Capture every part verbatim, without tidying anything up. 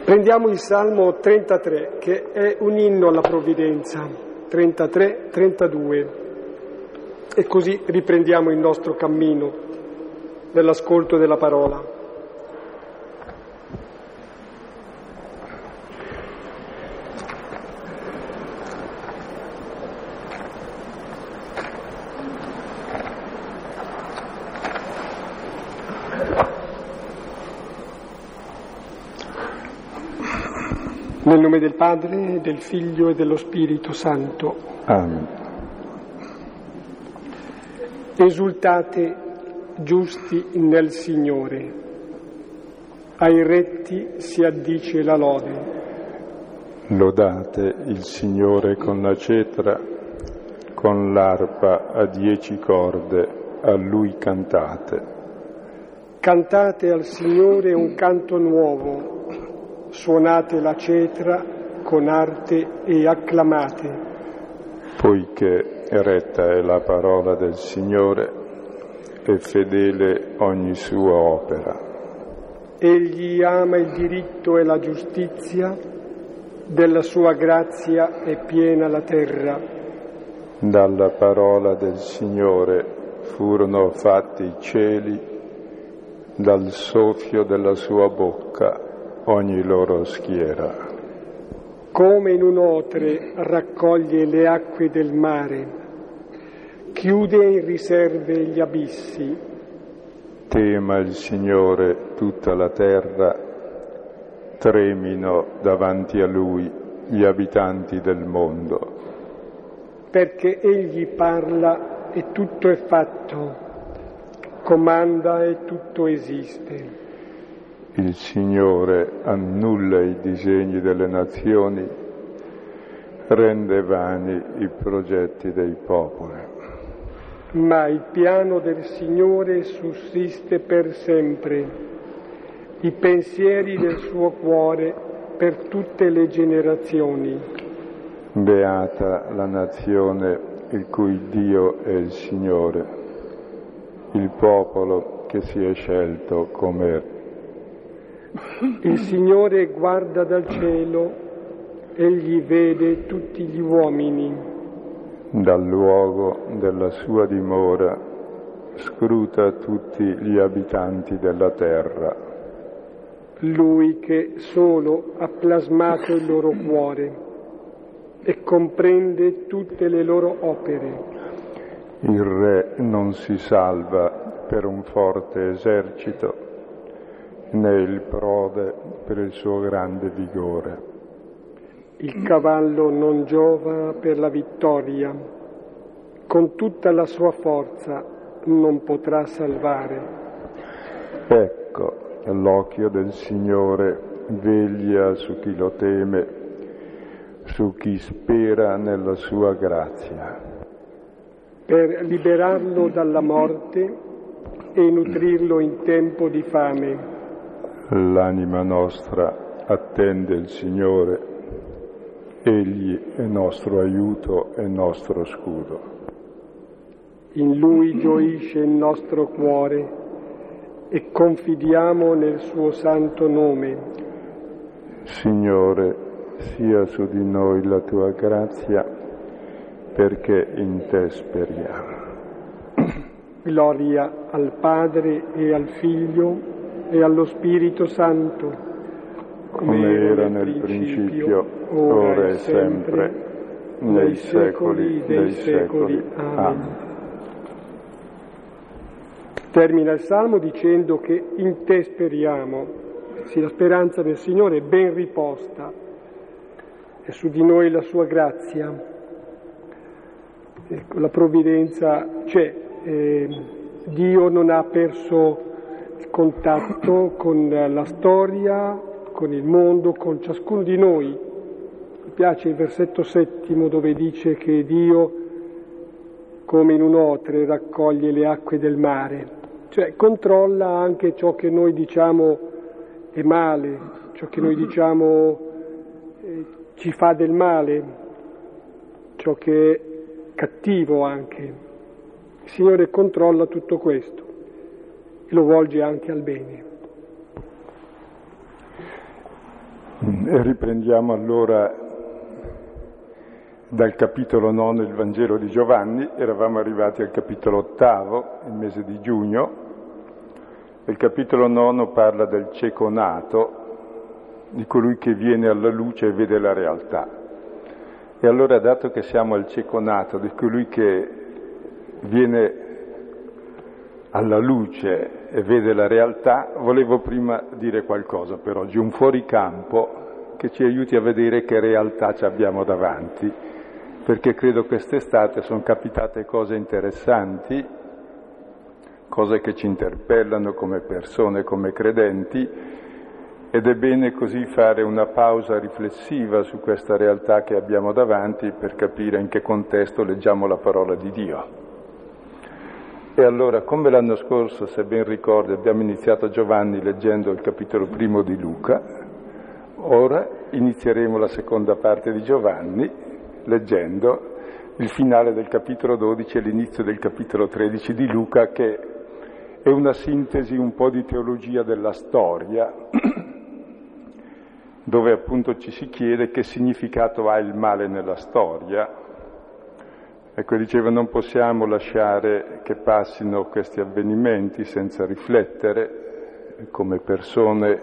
Prendiamo il Salmo trentatré, che è un inno alla provvidenza, trentatré trentadue, e così riprendiamo il nostro cammino dell'ascolto della parola. Nel nome del Padre, del Figlio e dello Spirito Santo. Amen. Esultate giusti nel Signore, ai retti si addice la lode. Lodate il Signore con la cetra, con l'arpa a dieci corde, a Lui cantate. Cantate al Signore un canto nuovo, suonate la cetra con arte e acclamate. Poiché retta è la parola del Signore e fedele ogni sua opera. Egli ama il diritto e la giustizia, della sua grazia è piena la terra. Dalla parola del Signore furono fatti i cieli, dal soffio della sua bocca ogni loro schiera. Come in un otre raccoglie le acque del mare, chiude in riserve gli abissi. Tema il Signore tutta la terra, tremino davanti a Lui gli abitanti del mondo. Perché Egli parla e tutto è fatto, comanda e tutto esiste. Il Signore annulla i disegni delle nazioni, rende vani i progetti dei popoli. Ma il piano del Signore sussiste per sempre, i pensieri del suo cuore per tutte le generazioni. Beata la nazione il cui Dio è il Signore, il popolo che si è scelto come Il Signore guarda dal cielo, egli vede tutti gli uomini. Dal luogo della sua dimora scruta tutti gli abitanti della terra. Lui che solo ha plasmato il loro cuore e comprende tutte le loro opere. Il re non si salva per un forte esercito, né il prode per il suo grande vigore. Il cavallo non giova per la vittoria, con tutta la sua forza non potrà salvare. Ecco, l'occhio del Signore veglia su chi lo teme, su chi spera nella sua grazia. Per liberarlo dalla morte e nutrirlo in tempo di fame. L'anima nostra attende il Signore, Egli è nostro aiuto e nostro scudo. In Lui gioisce il nostro cuore e confidiamo nel suo santo nome. Signore, sia su di noi la tua grazia, perché in te speriamo. Gloria al Padre e al Figlio e allo Spirito Santo, come, come era nel principio, ora e sempre, nei secoli dei secoli. Amen. Termina il Salmo dicendo che in te speriamo. Sì, la speranza del Signore è ben riposta, è su di noi la sua grazia. Ecco, la provvidenza c'è, eh, Dio non ha perso contatto con la storia, con il mondo, con ciascuno di noi. Mi piace il versetto settimo dove dice che Dio, come in un otre, raccoglie le acque del mare, cioè controlla anche ciò che noi diciamo è male, ciò che noi diciamo eh, ci fa del male, ciò che è cattivo anche. Il Signore controlla tutto questo e lo volge anche al bene. E riprendiamo allora dal capitolo nono il Vangelo di Giovanni. Eravamo arrivati al capitolo ottavo, il mese di giugno. Il capitolo nono parla del cieco nato, di colui che viene alla luce e vede la realtà. E allora, dato che siamo al cieco nato, di colui che viene alla luce e vede la realtà, volevo prima dire qualcosa per oggi, un fuoricampo che ci aiuti a vedere che realtà ci abbiamo davanti, perché credo quest'estate sono capitate cose interessanti, cose che ci interpellano come persone, come credenti, ed è bene così fare una pausa riflessiva su questa realtà che abbiamo davanti per capire in che contesto leggiamo la parola di Dio. E allora, come l'anno scorso, se ben ricordi, abbiamo iniziato Giovanni leggendo il capitolo primo di Luca, ora inizieremo la seconda parte di Giovanni leggendo il finale del capitolo dodici e l'inizio del capitolo tredici di Luca, che è una sintesi un po' di teologia della storia, dove appunto ci si chiede che significato ha il male nella storia. Ecco, diceva, non possiamo lasciare che passino questi avvenimenti senza riflettere come persone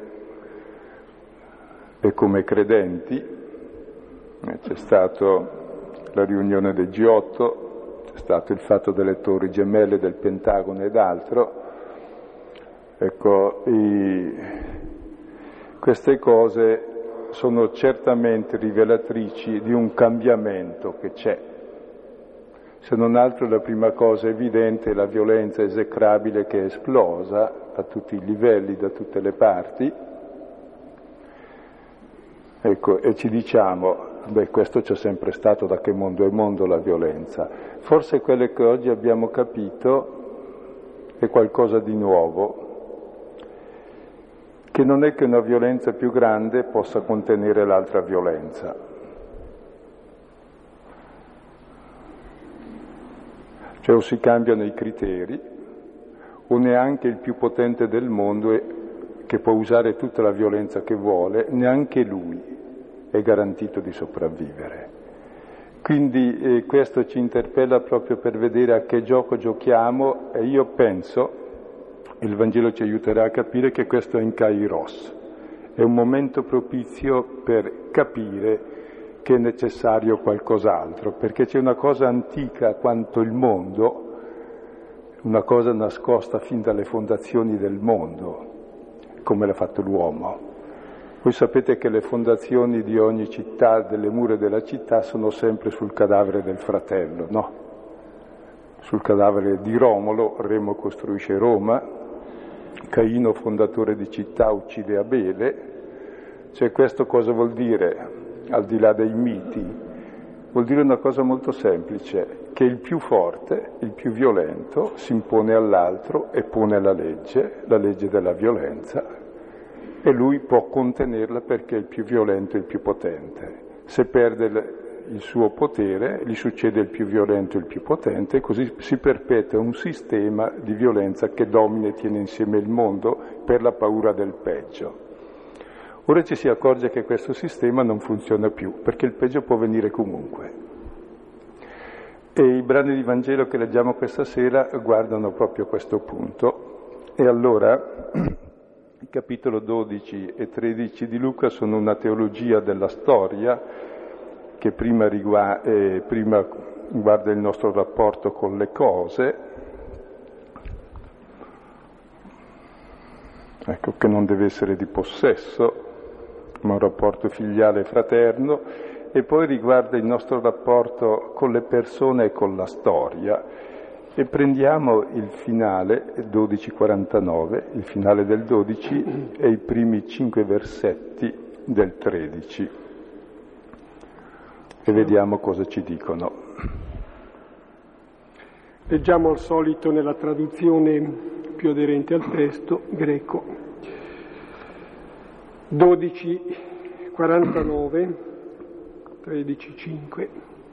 e come credenti. C'è stata la riunione del G otto, c'è stato il fatto delle torri gemelle del Pentagono ed altro. Ecco, i... queste cose sono certamente rivelatrici di un cambiamento che c'è. Se non altro la prima cosa evidente è la violenza esecrabile che è esplosa a tutti i livelli, da tutte le parti. Ecco, e ci diciamo, beh, questo c'è sempre stato, da che mondo è mondo la violenza. Forse quello che oggi abbiamo capito è qualcosa di nuovo, che non è che una violenza più grande possa contenere l'altra violenza. Cioè o si cambiano i criteri, o neanche il più potente del mondo, è, che può usare tutta la violenza che vuole, neanche lui è garantito di sopravvivere. Quindi eh, questo ci interpella proprio per vedere a che gioco giochiamo, e io penso, il Vangelo ci aiuterà a capire che questo è in Kairos, è un momento propizio per capire che è necessario qualcos'altro, perché c'è una cosa antica quanto il mondo, una cosa nascosta fin dalle fondazioni del mondo, come l'ha fatto l'uomo. Voi sapete che le fondazioni di ogni città, delle mura della città, sono sempre sul cadavere del fratello, no? Sul cadavere di Romolo, Remo costruisce Roma, Caino, fondatore di città, uccide Abele. Cioè, questo cosa vuol dire? Al di là dei miti, vuol dire una cosa molto semplice, che il più forte, il più violento, si impone all'altro e pone la legge, la legge della violenza, e lui può contenerla perché è il più violento e il più potente. Se perde il suo potere, gli succede il più violento e il più potente, e così si perpetua un sistema di violenza che domina e tiene insieme il mondo per la paura del peggio. Ora ci si accorge che questo sistema non funziona più, perché il peggio può venire comunque. E i brani di Vangelo che leggiamo questa sera guardano proprio questo punto. E allora i capitolo dodici e tredici di Luca sono una teologia della storia che prima riguarda, eh, prima guarda il nostro rapporto con le cose, ecco, che non deve essere di possesso, ma un rapporto filiale e fraterno, e poi riguarda il nostro rapporto con le persone e con la storia. E prendiamo il finale, dodici quarantanove, il finale del dodici e i primi cinque versetti del tredici, e vediamo cosa ci dicono. Leggiamo al solito nella traduzione più aderente al testo greco. dodici quarantanove, tredici cinque.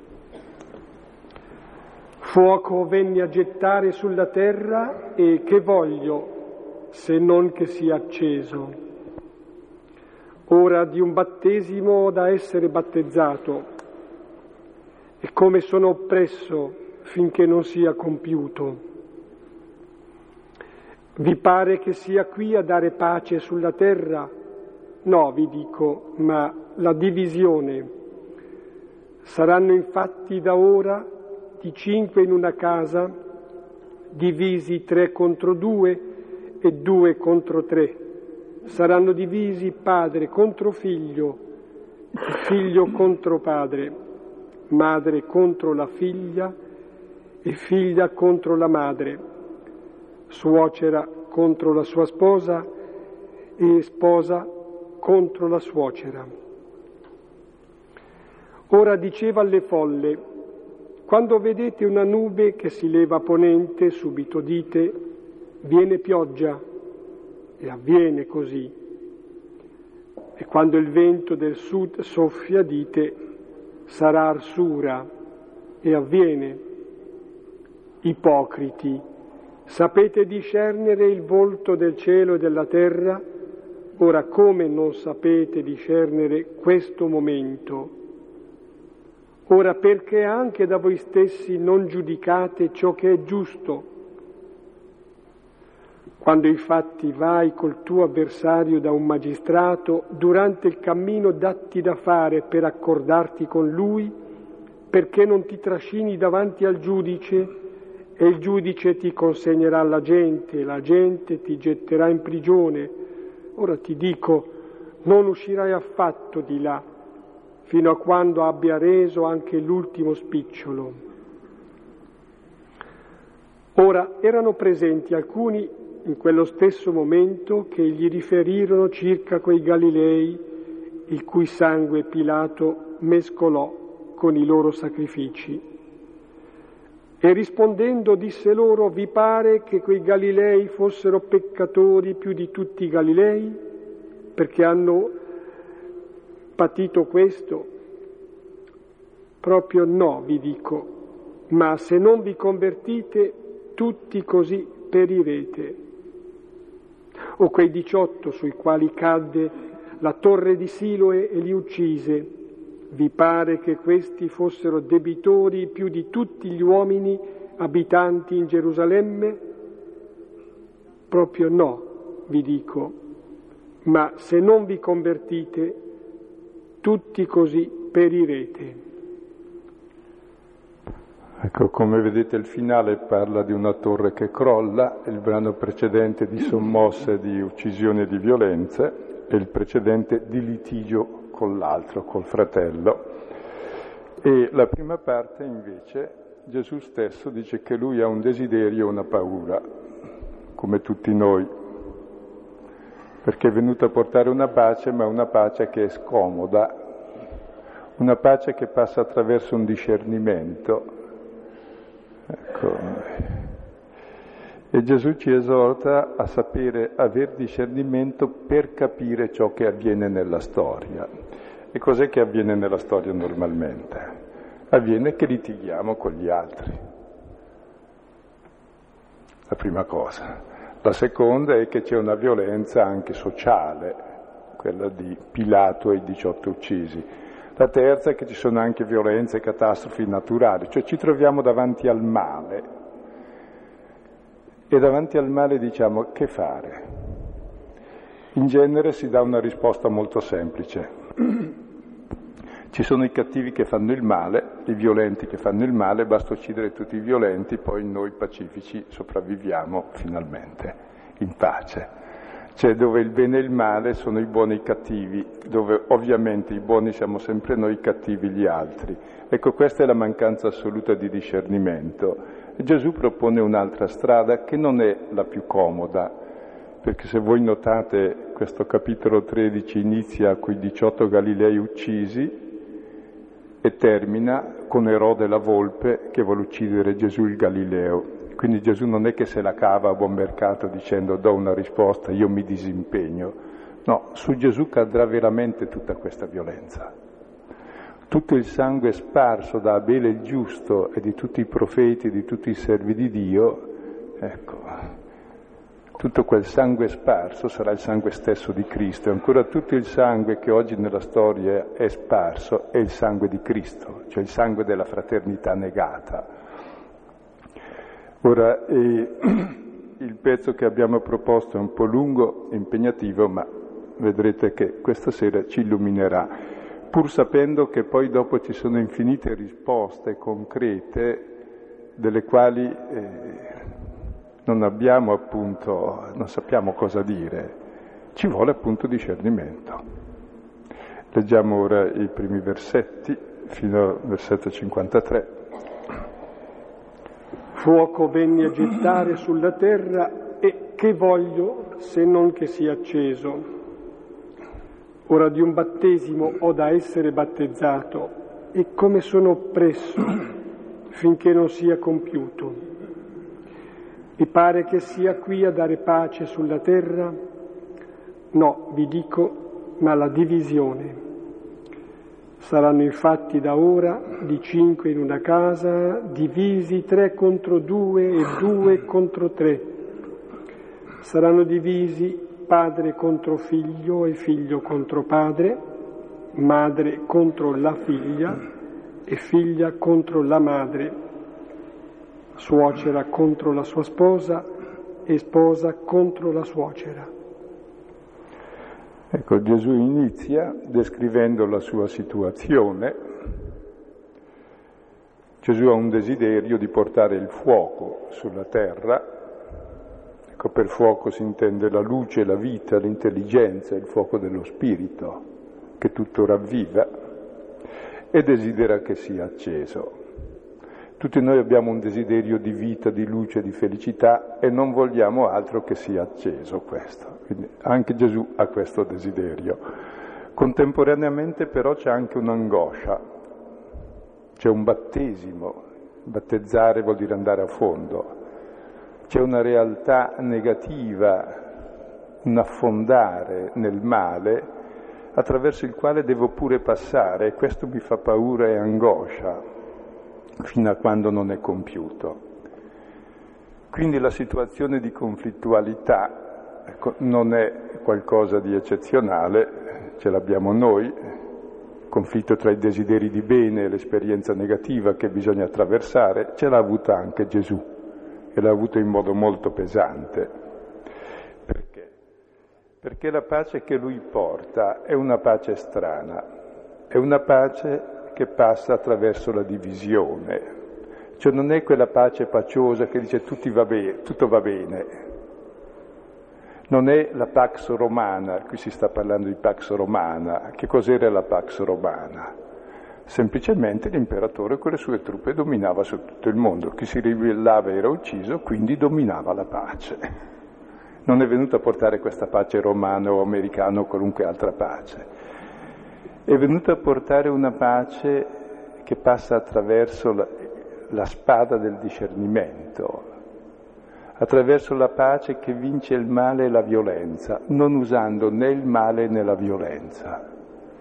Fuoco venni a gettare sulla terra e che voglio se non che sia acceso. ora di un battesimo da essere battezzato, e come sono oppresso finché non sia compiuto. Vi pare che sia qui a dare pace sulla terra? No, vi dico, ma la divisione. Saranno infatti da ora di cinque in una casa, divisi tre contro due e due contro tre. Saranno divisi padre contro figlio, figlio contro padre, madre contro la figlia e figlia contro la madre, suocera contro la sua sposa e sposa contro la suocera. Ora diceva alle folle: quando vedete una nube che si leva a ponente, subito dite: viene pioggia, e avviene così. E quando il vento del sud soffia, dite: sarà arsura, e avviene. Ipocriti, sapete discernere il volto del cielo e della terra? Ora come non sapete discernere questo momento? Ora perché anche da voi stessi non giudicate ciò che è giusto? Quando infatti vai col tuo avversario da un magistrato, durante il cammino datti da fare per accordarti con lui, perché non ti trascini davanti al giudice e il giudice ti consegnerà alla gente, e la gente ti getterà in prigione. Ora ti dico, non uscirai affatto di là, fino a quando abbia reso anche l'ultimo spicciolo. Ora erano presenti alcuni in quello stesso momento che gli riferirono circa quei Galilei il cui sangue Pilato mescolò con i loro sacrifici. E rispondendo disse loro: vi pare che quei Galilei fossero peccatori più di tutti i Galilei, perché hanno patito questo? Proprio no, vi dico, ma se non vi convertite, tutti così perirete. O quei diciotto sui quali cadde la torre di Siloe e li uccise, vi pare che questi fossero debitori più di tutti gli uomini abitanti in Gerusalemme? Proprio no, vi dico, ma se non vi convertite, tutti così perirete. Ecco, come vedete il finale parla di una torre che crolla, il brano precedente di sommosse, di uccisioni e di violenze, e il precedente di litigio con l'altro, col fratello. E la prima parte invece, Gesù stesso dice che lui ha un desiderio e una paura, come tutti noi, perché è venuto a portare una pace, ma una pace che è scomoda, una pace che passa attraverso un discernimento. Ecco. E Gesù ci esorta a sapere aver discernimento per capire ciò che avviene nella storia. E cos'è che avviene nella storia normalmente? Avviene che litighiamo con gli altri. La prima cosa. La seconda è che c'è una violenza anche sociale, quella di Pilato e i diciotto uccisi. La terza è che ci sono anche violenze e catastrofi naturali, cioè ci troviamo davanti al male. E davanti al male diciamo: che fare? In genere si dà una risposta molto semplice. Ci sono i cattivi che fanno il male, i violenti che fanno il male, basta uccidere tutti i violenti, poi noi pacifici sopravviviamo finalmente, in pace. Cioè dove il bene e il male sono i buoni e i cattivi, dove ovviamente i buoni siamo sempre noi, i cattivi gli altri. Ecco, questa è la mancanza assoluta di discernimento. E Gesù propone un'altra strada che non è la più comoda, perché se voi notate questo capitolo tredici inizia con i diciotto Galilei uccisi e termina con Erode la volpe che vuole uccidere Gesù il Galileo. Quindi Gesù non è che se la cava a buon mercato dicendo do una risposta, io mi disimpegno. No, su Gesù cadrà veramente tutta questa violenza. Tutto il sangue sparso da Abele il giusto e di tutti i profeti, di tutti i servi di Dio, ecco, tutto quel sangue sparso sarà il sangue stesso di Cristo, e ancora tutto il sangue che oggi nella storia è sparso è il sangue di Cristo, cioè il sangue della fraternità negata. Ora, eh, il pezzo che abbiamo proposto è un po' lungo e impegnativo, ma vedrete che questa sera ci illuminerà, pur sapendo che poi dopo ci sono infinite risposte concrete delle quali eh, non abbiamo appunto, non sappiamo cosa dire, ci vuole appunto discernimento. Leggiamo ora i primi versetti, fino al versetto cinquantatré. Fuoco venni a gettare sulla terra e che voglio se non che sia acceso. Ora di un battesimo ho da essere battezzato e come sono oppresso finché non sia compiuto. Vi pare che sia qui a dare pace sulla terra? No, vi dico, ma la divisione. Saranno infatti da ora di cinque in una casa, divisi tre contro due e due contro tre. Saranno divisi padre contro figlio e figlio contro padre, madre contro la figlia e figlia contro la madre, suocera contro la sua sposa e sposa contro la suocera. Ecco, Gesù inizia descrivendo la sua situazione. Gesù ha un desiderio di portare il fuoco sulla terra. Ecco, per fuoco si intende la luce, la vita, l'intelligenza, il fuoco dello spirito, che tutto ravviva, e desidera che sia acceso. Tutti noi abbiamo un desiderio di vita, di luce, di felicità e non vogliamo altro che sia acceso questo. Quindi anche Gesù ha questo desiderio. Contemporaneamente però c'è anche un'angoscia, c'è un battesimo. Battezzare vuol dire andare a fondo. C'è una realtà negativa, un affondare nel male attraverso il quale devo pure passare e questo mi fa paura e angoscia fino a quando non è compiuto. Quindi la situazione di conflittualità ecco, non è qualcosa di eccezionale, ce l'abbiamo noi, conflitto tra i desideri di bene e l'esperienza negativa che bisogna attraversare, ce l'ha avuta anche Gesù e l'ha avuto in modo molto pesante. Perché? Perché la pace che lui porta è una pace strana, è una pace che passa attraverso la divisione, cioè non è quella pace paciosa che dice tutti va bene, tutto va bene, non è la Pax Romana, qui si sta parlando di Pax Romana, che cos'era la Pax Romana? Semplicemente l'imperatore con le sue truppe dominava su tutto il mondo, chi si ribellava era ucciso, quindi dominava la pace. Non è venuto a portare questa pace romana o americana o qualunque altra pace. È venuto a portare una pace che passa attraverso la, la spada del discernimento, attraverso la pace che vince il male e la violenza, non usando né il male né la violenza.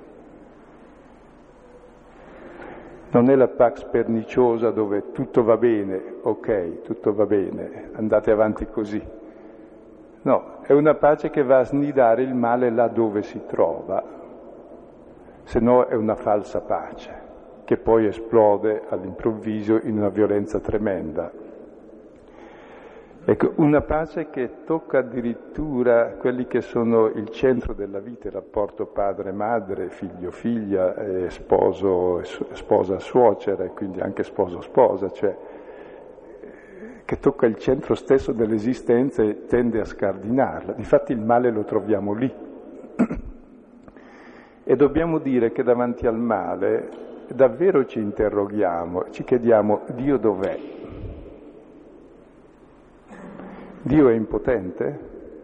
Non è la pax perniciosa dove tutto va bene, ok, tutto va bene, andate avanti così. No, è una pace che va a snidare il male là dove si trova. Se no è una falsa pace, che poi esplode all'improvviso in una violenza tremenda. Ecco, una pace che tocca addirittura quelli che sono il centro della vita, il rapporto padre-madre, figlio-figlia, eh, sposo, sposa-suocera e quindi anche sposo-sposa, cioè che tocca il centro stesso dell'esistenza e tende a scardinarla. Difatti il male lo troviamo lì. E dobbiamo dire che davanti al male davvero ci interroghiamo, ci chiediamo Dio dov'è? Dio è impotente?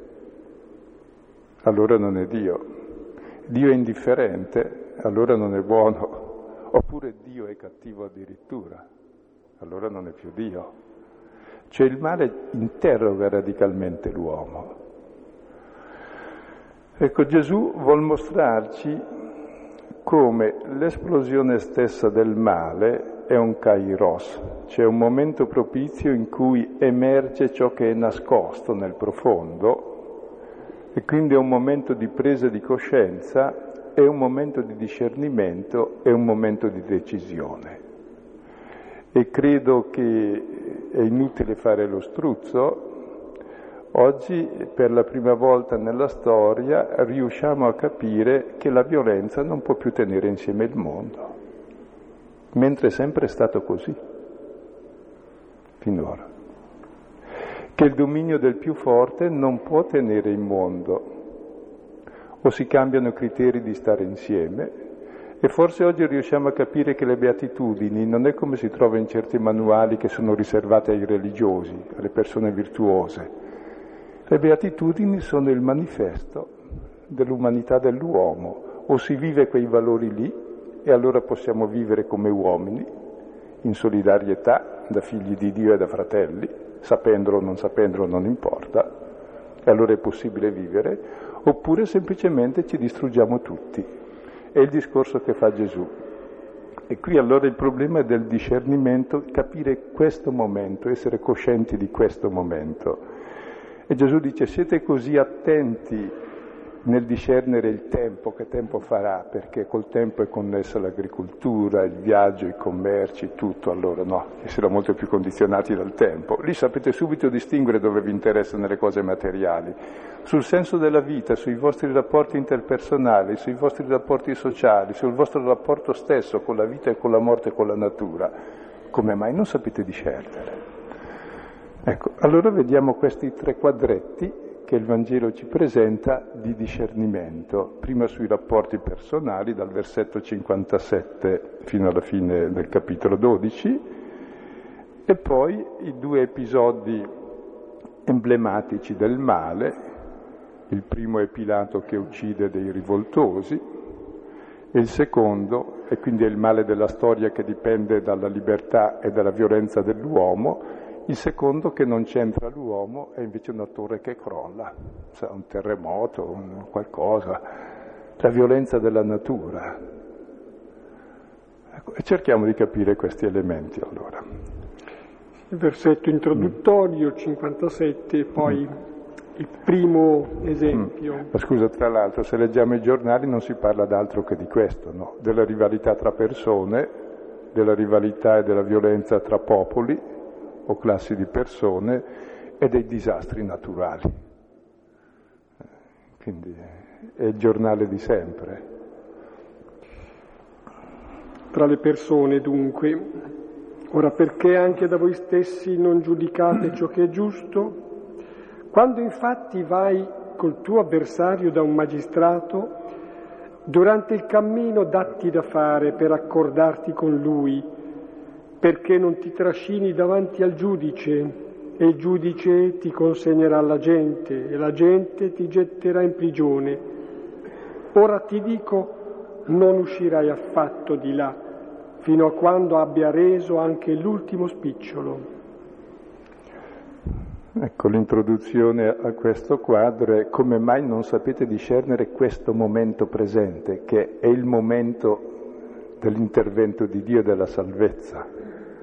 Allora non è Dio. Dio è indifferente? Allora non è buono. Oppure Dio è cattivo addirittura? Allora non è più Dio. Cioè il male interroga radicalmente l'uomo. Ecco, Gesù vuol mostrarci come l'esplosione stessa del male è un kairos, cioè un momento propizio in cui emerge ciò che è nascosto nel profondo e quindi è un momento di presa di coscienza, è un momento di discernimento, è un momento di decisione. E credo che è inutile fare lo struzzo. Oggi, per la prima volta nella storia, riusciamo a capire che la violenza non può più tenere insieme il mondo, mentre è sempre stato così, finora. Che il dominio del più forte non può tenere il mondo, o si cambiano i criteri di stare insieme, e forse oggi riusciamo a capire che le beatitudini non è come si trova in certi manuali che sono riservate ai religiosi, alle persone virtuose. Le beatitudini sono il manifesto dell'umanità dell'uomo, o si vive quei valori lì e allora possiamo vivere come uomini, in solidarietà, da figli di Dio e da fratelli, sapendolo o non sapendolo non importa, e allora è possibile vivere, oppure semplicemente ci distruggiamo tutti. È il discorso che fa Gesù. E qui allora il problema è del discernimento, capire questo momento, essere coscienti di questo momento. E Gesù dice: siete così attenti nel discernere il tempo, che tempo farà, perché col tempo è connessa l'agricoltura, il viaggio, i commerci, tutto, allora no, essere molto più condizionati dal tempo. Lì sapete subito distinguere dove vi interessano le cose materiali. Sul senso della vita, sui vostri rapporti interpersonali, sui vostri rapporti sociali, sul vostro rapporto stesso con la vita e con la morte e con la natura, come mai non sapete discernere? Ecco, allora vediamo questi tre quadretti che il Vangelo ci presenta di discernimento, prima sui rapporti personali, dal versetto cinquantasette fino alla fine del capitolo dodici, e poi i due episodi emblematici del male. Il primo è Pilato che uccide dei rivoltosi, e il secondo, e quindi è il male della storia che dipende dalla libertà e dalla violenza dell'uomo. Il secondo, che non c'entra l'uomo, è invece una torre che crolla, un terremoto, un qualcosa, la violenza della natura. Ecco, e cerchiamo di capire questi elementi allora. Il versetto introduttorio, mm. cinquantasette, poi mm. il primo esempio. Mm. Ma scusa, tra l'altro, se leggiamo i giornali non si parla d'altro che di questo, no? Della rivalità tra persone, della rivalità e della violenza tra popoli o classi di persone e dei disastri naturali. Quindi è il giornale di sempre. Tra le persone, dunque, ora perché anche da voi stessi non giudicate ciò che è giusto? Quando infatti vai col tuo avversario da un magistrato, durante il cammino datti da fare per accordarti con lui, perché non ti trascini davanti al giudice, e il giudice ti consegnerà alla gente, e la gente ti getterà in prigione. Ora ti dico, non uscirai affatto di là, fino a quando abbia reso anche l'ultimo spicciolo. Ecco, l'introduzione a questo quadro è: come mai non sapete discernere questo momento presente, che è il momento dell'intervento di Dio e della salvezza.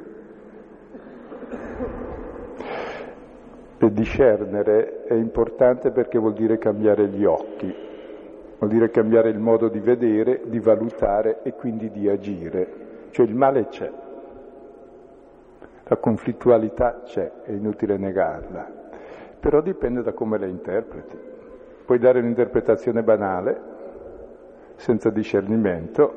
E discernere è importante perché vuol dire cambiare gli occhi, vuol dire cambiare il modo di vedere, di valutare e quindi di agire. Cioè il male c'è, la conflittualità c'è, è inutile negarla, però dipende da come la interpreti. Puoi dare un'interpretazione banale, senza discernimento,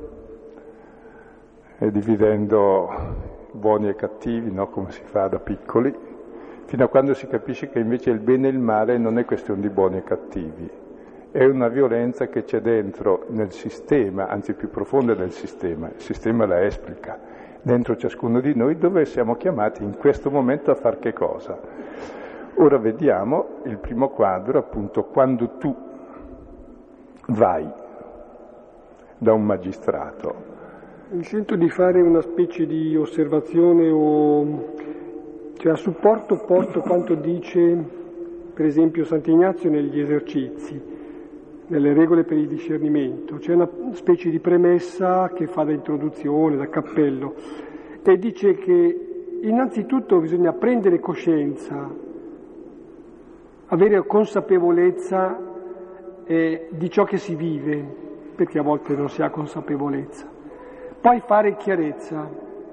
e dividendo buoni e cattivi, no? Come si fa da piccoli, fino a quando si capisce che invece il bene e il male non è questione di buoni e cattivi, è una violenza che c'è dentro nel sistema, anzi più profonda del sistema, il sistema la esplica, dentro ciascuno di noi, dove siamo chiamati in questo momento a far che cosa. Ora vediamo il primo quadro, appunto, quando tu vai da un magistrato. Mi sento di fare una specie di osservazione o... Cioè a supporto porto quanto dice per esempio Sant'Ignazio negli esercizi, nelle regole per il discernimento. C'è una specie di premessa che fa da introduzione, da cappello. e dice che innanzitutto bisogna prendere coscienza, avere consapevolezza eh, di ciò che si vive, perché a volte non si ha consapevolezza. Poi fare chiarezza,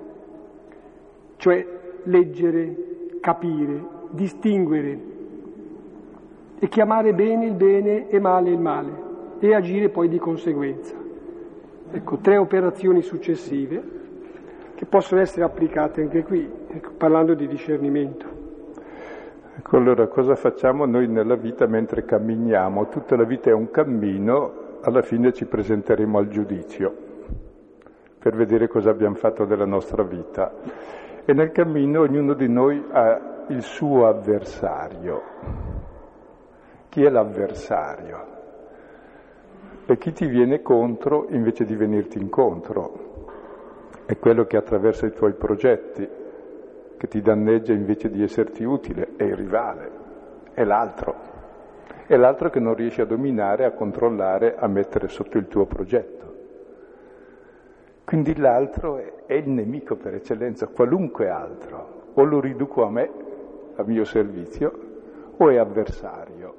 cioè leggere, capire, distinguere e chiamare bene il bene e male il male e agire poi di conseguenza. Ecco, tre operazioni successive che possono essere applicate anche qui, ecco, parlando di discernimento. Ecco, allora cosa facciamo noi nella vita mentre camminiamo? Tutta la vita è un cammino, alla fine ci presenteremo al giudizio per vedere cosa abbiamo fatto della nostra vita. E nel cammino ognuno di noi ha il suo avversario. Chi è l'avversario? E chi ti viene contro invece di venirti incontro. È quello che attraversa i tuoi progetti, che ti danneggia invece di esserti utile, è il rivale, è l'altro. È l'altro che non riesci a dominare, a controllare, a mettere sotto il tuo progetto. Quindi l'altro è, è il nemico per eccellenza, qualunque altro. O lo riduco a me, a mio servizio, o è avversario.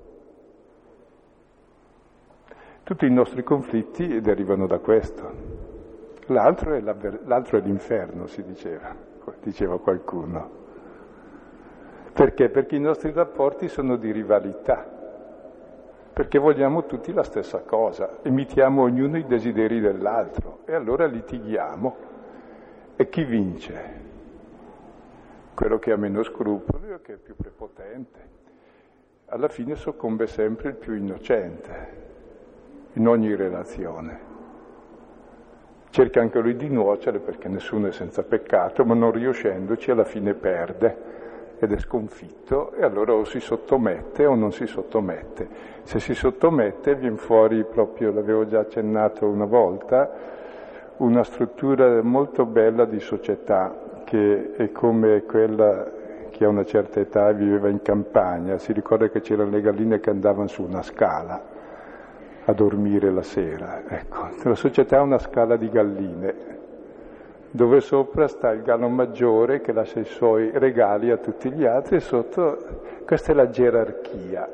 Tutti i nostri conflitti derivano da questo. L'altro è, l'altro è l'inferno, si diceva, diceva qualcuno. Perché? Perché i nostri rapporti sono di rivalità, perché vogliamo tutti la stessa cosa, imitiamo ognuno i desideri dell'altro e allora litighiamo. E chi vince? Quello che ha meno scrupoli o che è più prepotente. Alla fine soccombe sempre il più innocente, in ogni relazione. Cerca anche lui di nuocere perché nessuno è senza peccato, ma non riuscendoci alla fine perde ed è sconfitto e allora o si sottomette o non si sottomette. Se si sottomette viene fuori proprio, l'avevo già accennato una volta, una struttura molto bella di società che è come quella che a una certa età viveva in campagna. Si ricorda che c'erano le galline che andavano su una scala a dormire la sera. Ecco, la società è una scala di galline, dove sopra sta il gallo maggiore che lascia i suoi regali a tutti gli altri e sotto, questa è la gerarchia,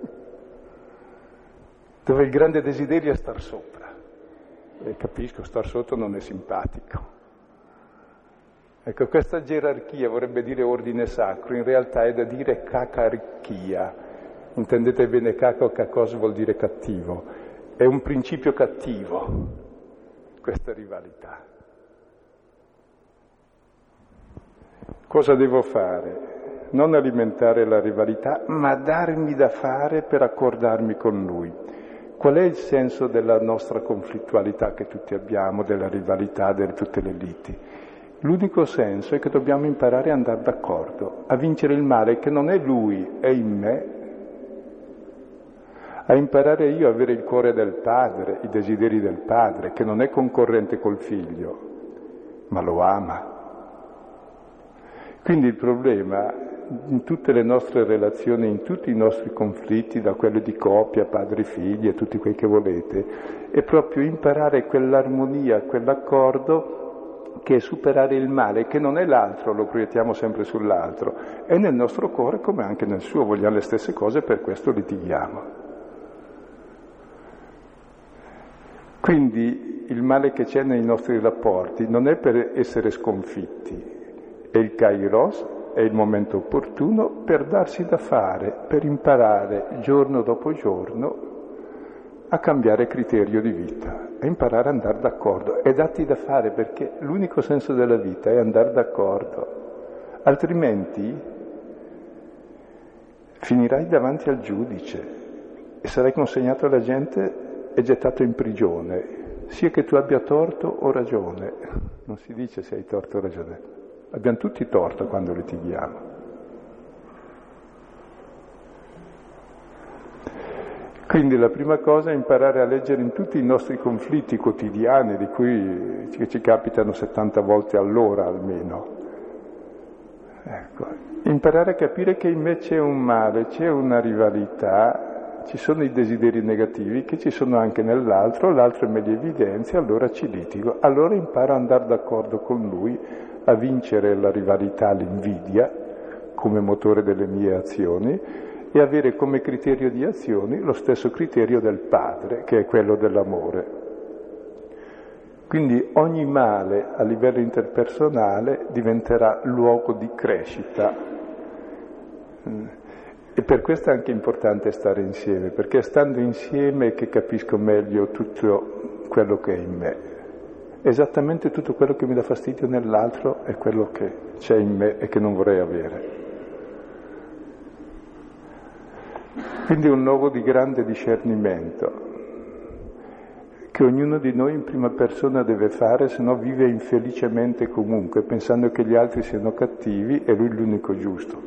dove il grande desiderio è star sopra. E capisco, star sotto non è simpatico. Ecco, questa gerarchia vorrebbe dire ordine sacro, in realtà è da dire cacarchia. Intendete bene, caco o cacos vuol dire cattivo. È un principio cattivo, questa rivalità. Cosa devo fare? Non alimentare la rivalità, ma darmi da fare per accordarmi con lui. Qual è il senso della nostra conflittualità che tutti abbiamo, della rivalità, di tutte le liti? L'unico senso è che dobbiamo imparare ad andare d'accordo, a vincere il male che non è lui, è in me, a imparare io a avere il cuore del padre, i desideri del padre, che non è concorrente col figlio, ma lo ama. Quindi il problema in tutte le nostre relazioni, in tutti i nostri conflitti, da quelli di coppia, padri-figli e tutti quei che volete, è proprio imparare quell'armonia, quell'accordo che è superare il male, che non è l'altro, lo proiettiamo sempre sull'altro, è nel nostro cuore come anche nel suo, vogliamo le stesse cose, per questo litighiamo. Quindi il male che c'è nei nostri rapporti non è per essere sconfitti, è il kairos, è il momento opportuno per darsi da fare, per imparare giorno dopo giorno a cambiare criterio di vita, a imparare ad andare d'accordo e datti da fare, perché l'unico senso della vita è andare d'accordo, altrimenti finirai davanti al giudice e sarai consegnato alla gente e gettato in prigione, sia che tu abbia torto o ragione. Non si dice se hai torto o ragione, abbiamo tutti torto quando litighiamo. Quindi la prima cosa è imparare a leggere in tutti i nostri conflitti quotidiani, di cui che ci capitano settanta volte all'ora almeno. Ecco, imparare a capire che in me c'è un male, c'è una rivalità ci sono i desideri negativi che ci sono anche nell'altro, l'altro me li evidenzia, allora ci litigo, allora imparo ad andare d'accordo con lui, a vincere la rivalità, l'invidia, come motore delle mie azioni, e avere come criterio di azioni lo stesso criterio del padre, che è quello dell'amore. Quindi ogni male a livello interpersonale diventerà luogo di crescita. E per questo è anche importante stare insieme, perché stando insieme che capisco meglio tutto quello che è in me. Esattamente tutto quello che mi dà fastidio nell'altro è quello che c'è in me e che non vorrei avere. Quindi un nuovo di grande discernimento che ognuno di noi in prima persona deve fare, se no vive infelicemente comunque, pensando che gli altri siano cattivi e lui l'unico giusto.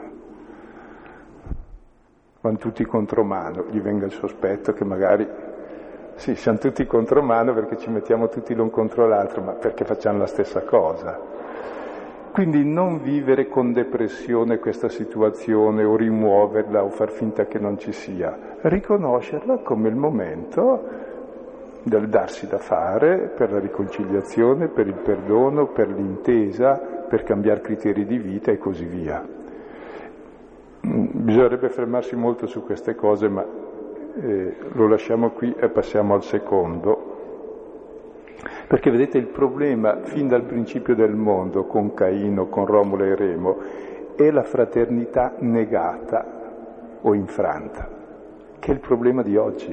Vanno tutti contro mano, gli venga il sospetto che magari, sì, siamo tutti contro mano perché ci mettiamo tutti l'un contro l'altro, ma perché facciamo la stessa cosa. Quindi non vivere con depressione questa situazione o rimuoverla o far finta che non ci sia, riconoscerla come il momento del darsi da fare per la riconciliazione, per il perdono, per l'intesa, per cambiare criteri di vita e così via. Bisognerebbe fermarsi molto su queste cose, ma eh, lo lasciamo qui e passiamo al secondo. Perché vedete, il problema fin dal principio del mondo con Caino, con Romolo e Remo, è la fraternità negata o infranta, che è il problema di oggi.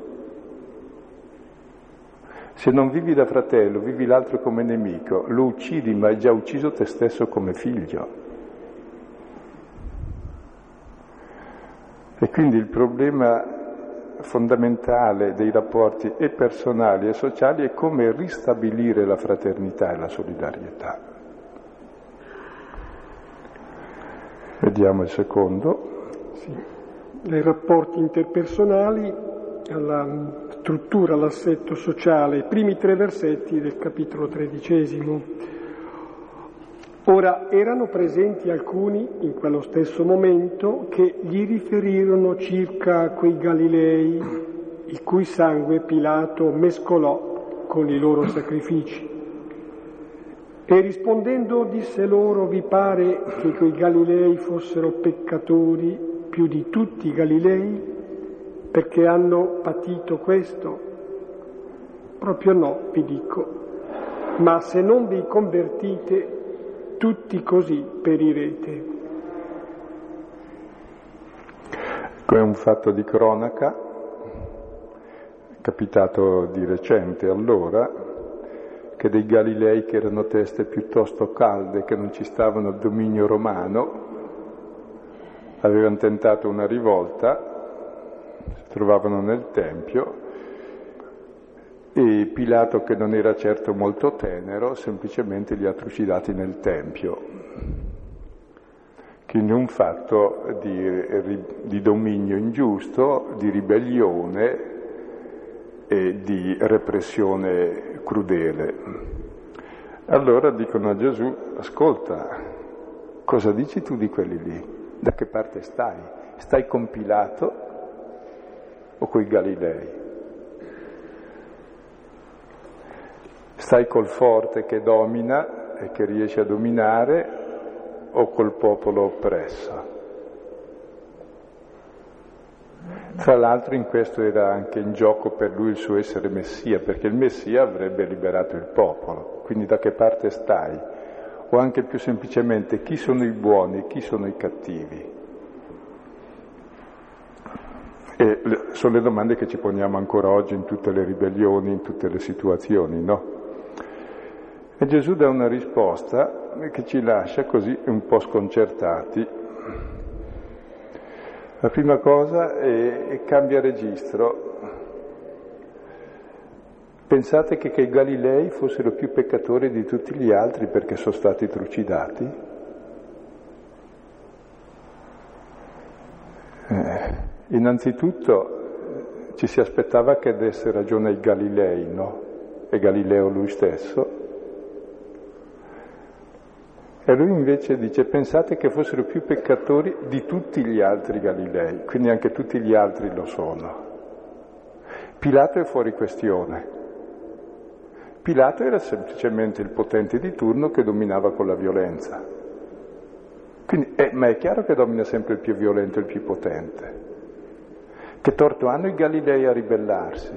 Se non vivi da fratello, vivi l'altro come nemico, lo uccidi, ma hai già ucciso te stesso come figlio. E quindi il problema fondamentale dei rapporti e personali e sociali è come ristabilire la fraternità e la solidarietà. Vediamo il secondo. Sì. Nei rapporti interpersonali, alla struttura, all'assetto sociale, i primi tre versetti del capitolo tredicesimo. Ora erano presenti alcuni in quello stesso momento che gli riferirono circa quei Galilei il cui sangue Pilato mescolò con i loro sacrifici. E rispondendo disse loro: vi pare che quei Galilei fossero peccatori più di tutti i Galilei perché hanno patito questo? Proprio no, vi dico. Ma se non vi convertite, tutti così perirete. È un fatto di cronaca, capitato di recente allora, che dei Galilei che erano teste piuttosto calde, che non ci stavano al dominio romano, avevano tentato una rivolta, si trovavano nel Tempio, e Pilato, che non era certo molto tenero, semplicemente li ha trucidati nel Tempio. Quindi un fatto di, di dominio ingiusto, di ribellione e di repressione crudele. Allora dicono a Gesù: ascolta, cosa dici tu di quelli lì? Da che parte stai? Stai con Pilato o coi Galilei? Stai col forte che domina e che riesce a dominare o col popolo oppresso? Tra l'altro in questo era anche in gioco per lui il suo essere Messia, perché il Messia avrebbe liberato il popolo. Quindi da che parte stai? O anche più semplicemente, chi sono i buoni e chi sono i cattivi? E sono le domande che ci poniamo ancora oggi in tutte le ribellioni, in tutte le situazioni, no? E Gesù dà una risposta che ci lascia così un po' sconcertati. La prima cosa è, è cambia registro. Pensate che, che i Galilei fossero più peccatori di tutti gli altri perché sono stati trucidati? Eh, innanzitutto ci si aspettava che desse ragione ai Galilei, no? E Galileo lui stesso. E lui invece dice, pensate che fossero più peccatori di tutti gli altri Galilei, quindi anche tutti gli altri lo sono. Pilato è fuori questione. Pilato era semplicemente il potente di turno che dominava con la violenza. Quindi, eh, ma è chiaro che domina sempre il più violento e il più potente. Che torto hanno i Galilei a ribellarsi?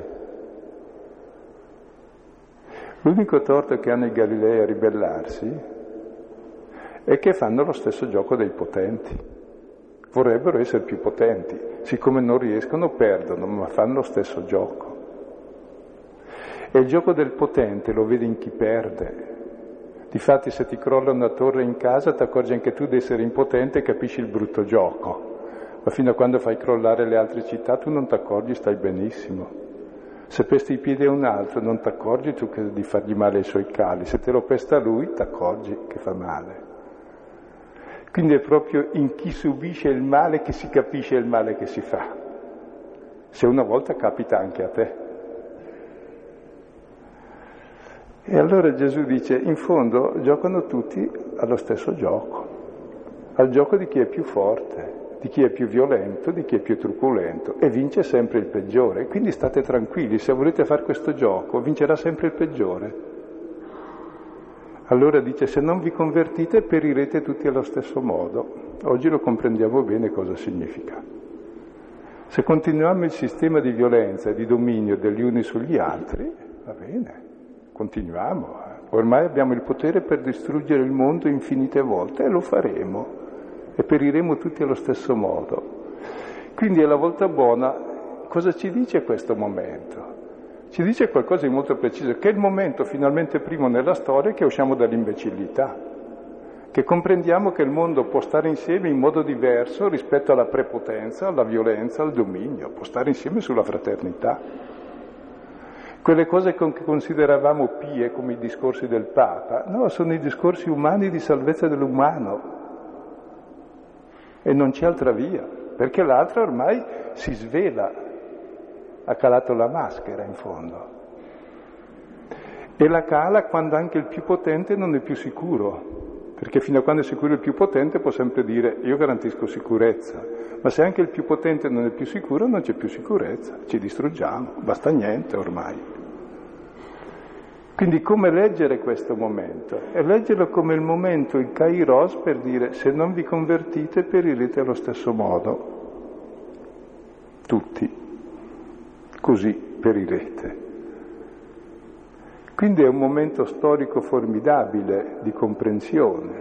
L'unico torto che hanno i Galilei a ribellarsi è che fanno lo stesso gioco dei potenti. Vorrebbero essere più potenti, siccome non riescono perdono, ma fanno lo stesso gioco. E il gioco del potente lo vedi in chi perde. Difatti se ti crolla una torre in casa ti accorgi anche tu di essere impotente e capisci il brutto gioco. Ma fino a quando fai crollare le altre città tu non ti accorgi, stai benissimo. Se pesti i piedi a un altro non ti accorgi tu che di fargli male ai suoi cali. Se te lo pesta lui ti accorgi che fa male. Quindi è proprio in chi subisce il male che si capisce il male che si fa. Se una volta capita anche a te. E allora Gesù dice, in fondo giocano tutti allo stesso gioco, al gioco di chi è più forte, di chi è più violento, di chi è più truculento, e vince sempre il peggiore. Quindi state tranquilli, se volete fare questo gioco vincerà sempre il peggiore. Allora dice, se non vi convertite perirete tutti allo stesso modo. Oggi lo comprendiamo bene cosa significa. Se continuiamo il sistema di violenza e di dominio degli uni sugli altri, va bene, continuiamo. Ormai abbiamo il potere per distruggere il mondo infinite volte e lo faremo. E periremo tutti allo stesso modo. Quindi alla volta buona, cosa ci dice questo momento? Ci dice qualcosa di molto preciso, che è il momento finalmente primo nella storia che usciamo dall'imbecillità, che comprendiamo che il mondo può stare insieme in modo diverso rispetto alla prepotenza, alla violenza, al dominio, può stare insieme sulla fraternità. Quelle cose che consideravamo pie, come i discorsi del Papa, no, sono i discorsi umani di salvezza dell'umano. E non c'è altra via, perché l'altra ormai si svela. Ha calato la maschera in fondo e la cala quando anche il più potente non è più sicuro, perché fino a quando è sicuro il più potente può sempre dire io garantisco sicurezza, ma se anche il più potente non è più sicuro non c'è più sicurezza, ci distruggiamo, basta niente ormai. Quindi come leggere questo momento? E leggerlo come il momento, il kairos, per dire se non vi convertite perirete allo stesso modo, tutti. Così perirete. Quindi è un momento storico formidabile di comprensione.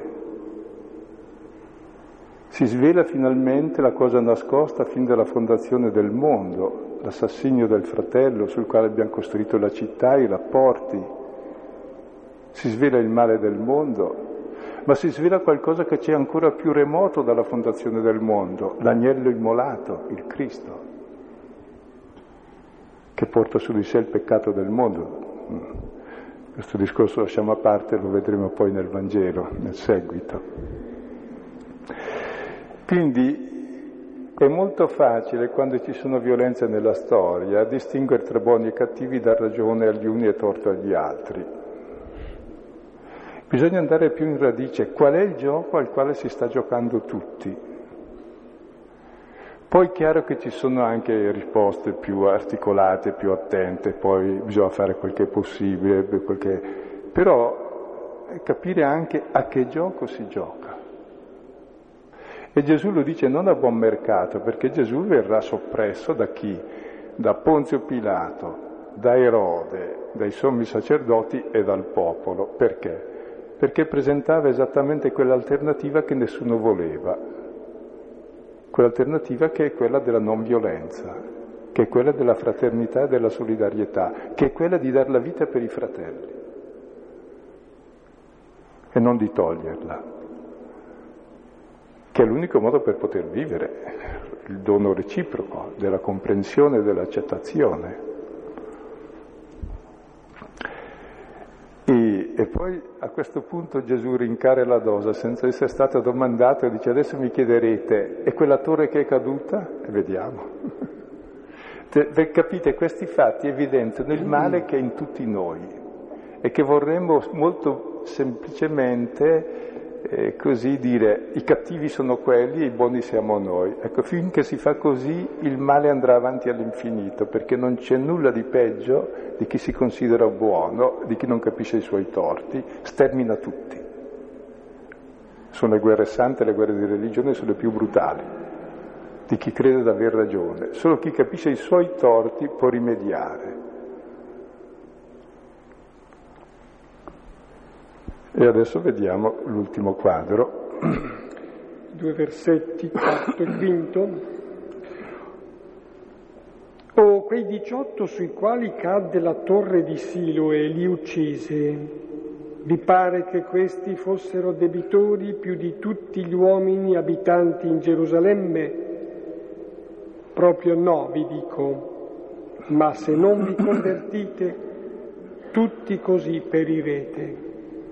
Si svela finalmente la cosa nascosta fin dalla fondazione del mondo, l'assassinio del fratello sul quale abbiamo costruito la città, i rapporti. Si svela il male del mondo, ma si svela qualcosa che c'è ancora più remoto dalla fondazione del mondo, l'agnello immolato, il Cristo, che porta su di sé il peccato del mondo. Questo discorso lo lasciamo a parte, lo vedremo poi nel Vangelo, nel seguito. Quindi è molto facile, quando ci sono violenze nella storia, distinguere tra buoni e cattivi, dar ragione agli uni e torto agli altri. Bisogna andare più in radice, qual è il gioco al quale si sta giocando tutti? Poi è chiaro che ci sono anche risposte più articolate, più attente, poi bisogna fare quel che è possibile, quel che... però capire anche a che gioco si gioca. E Gesù lo dice non a buon mercato, perché Gesù verrà soppresso da chi? Da Ponzio Pilato, da Erode, dai sommi sacerdoti e dal popolo. Perché? Perché presentava esattamente quell'alternativa che nessuno voleva. Quell'alternativa che è quella della non violenza, che è quella della fraternità e della solidarietà, che è quella di dar la vita per i fratelli e non di toglierla, che è l'unico modo per poter vivere, il dono reciproco della comprensione e dell'accettazione. E, e poi a questo punto Gesù rincara la dose senza essere stato domandato e dice adesso mi chiederete è quella torre che è caduta? E vediamo. Te, capite, questi fatti evidenziano il male che è in tutti noi e che vorremmo molto semplicemente e così dire i cattivi sono quelli e i buoni siamo noi. Ecco, finché si fa così il male andrà avanti all'infinito, perché non c'è nulla di peggio di chi si considera buono, di chi non capisce i suoi torti, stermina tutti. Sono le guerre sante, le guerre di religione sono le più brutali, di chi crede di aver ragione. Solo chi capisce i suoi torti può rimediare. E adesso vediamo l'ultimo quadro. Due versetti, quarto e quinto. O quei diciotto sui quali cadde la torre di Siloe e li uccise, vi pare che questi fossero debitori più di tutti gli uomini abitanti in Gerusalemme? Proprio no, vi dico, ma se non vi convertite, tutti così perirete.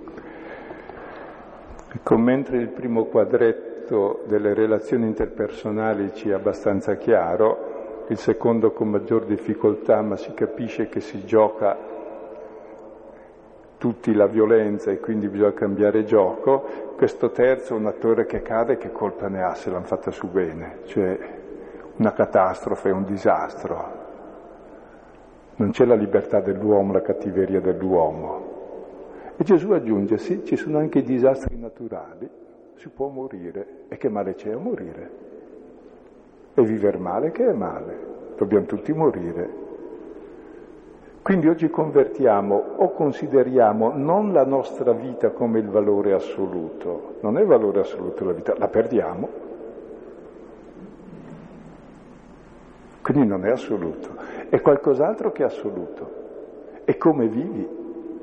Ecco, mentre il primo quadretto delle relazioni interpersonali ci è abbastanza chiaro, il secondo con maggior difficoltà, ma si capisce che si gioca tutti la violenza e quindi bisogna cambiare gioco. Questo terzo, un attore che cade, che colpa ne ha se l'hanno fatta su bene? Cioè una catastrofe, un disastro. Non c'è la libertà dell'uomo, la cattiveria dell'uomo. E Gesù aggiunge, sì, ci sono anche i disastri naturali, si può morire. E che male c'è a morire? E vivere male che è male? Dobbiamo tutti morire. Quindi oggi convertiamo o consideriamo non la nostra vita come il valore assoluto, non è il valore assoluto la vita, la perdiamo. Quindi non è assoluto, è qualcos'altro che è assoluto. È come vivi.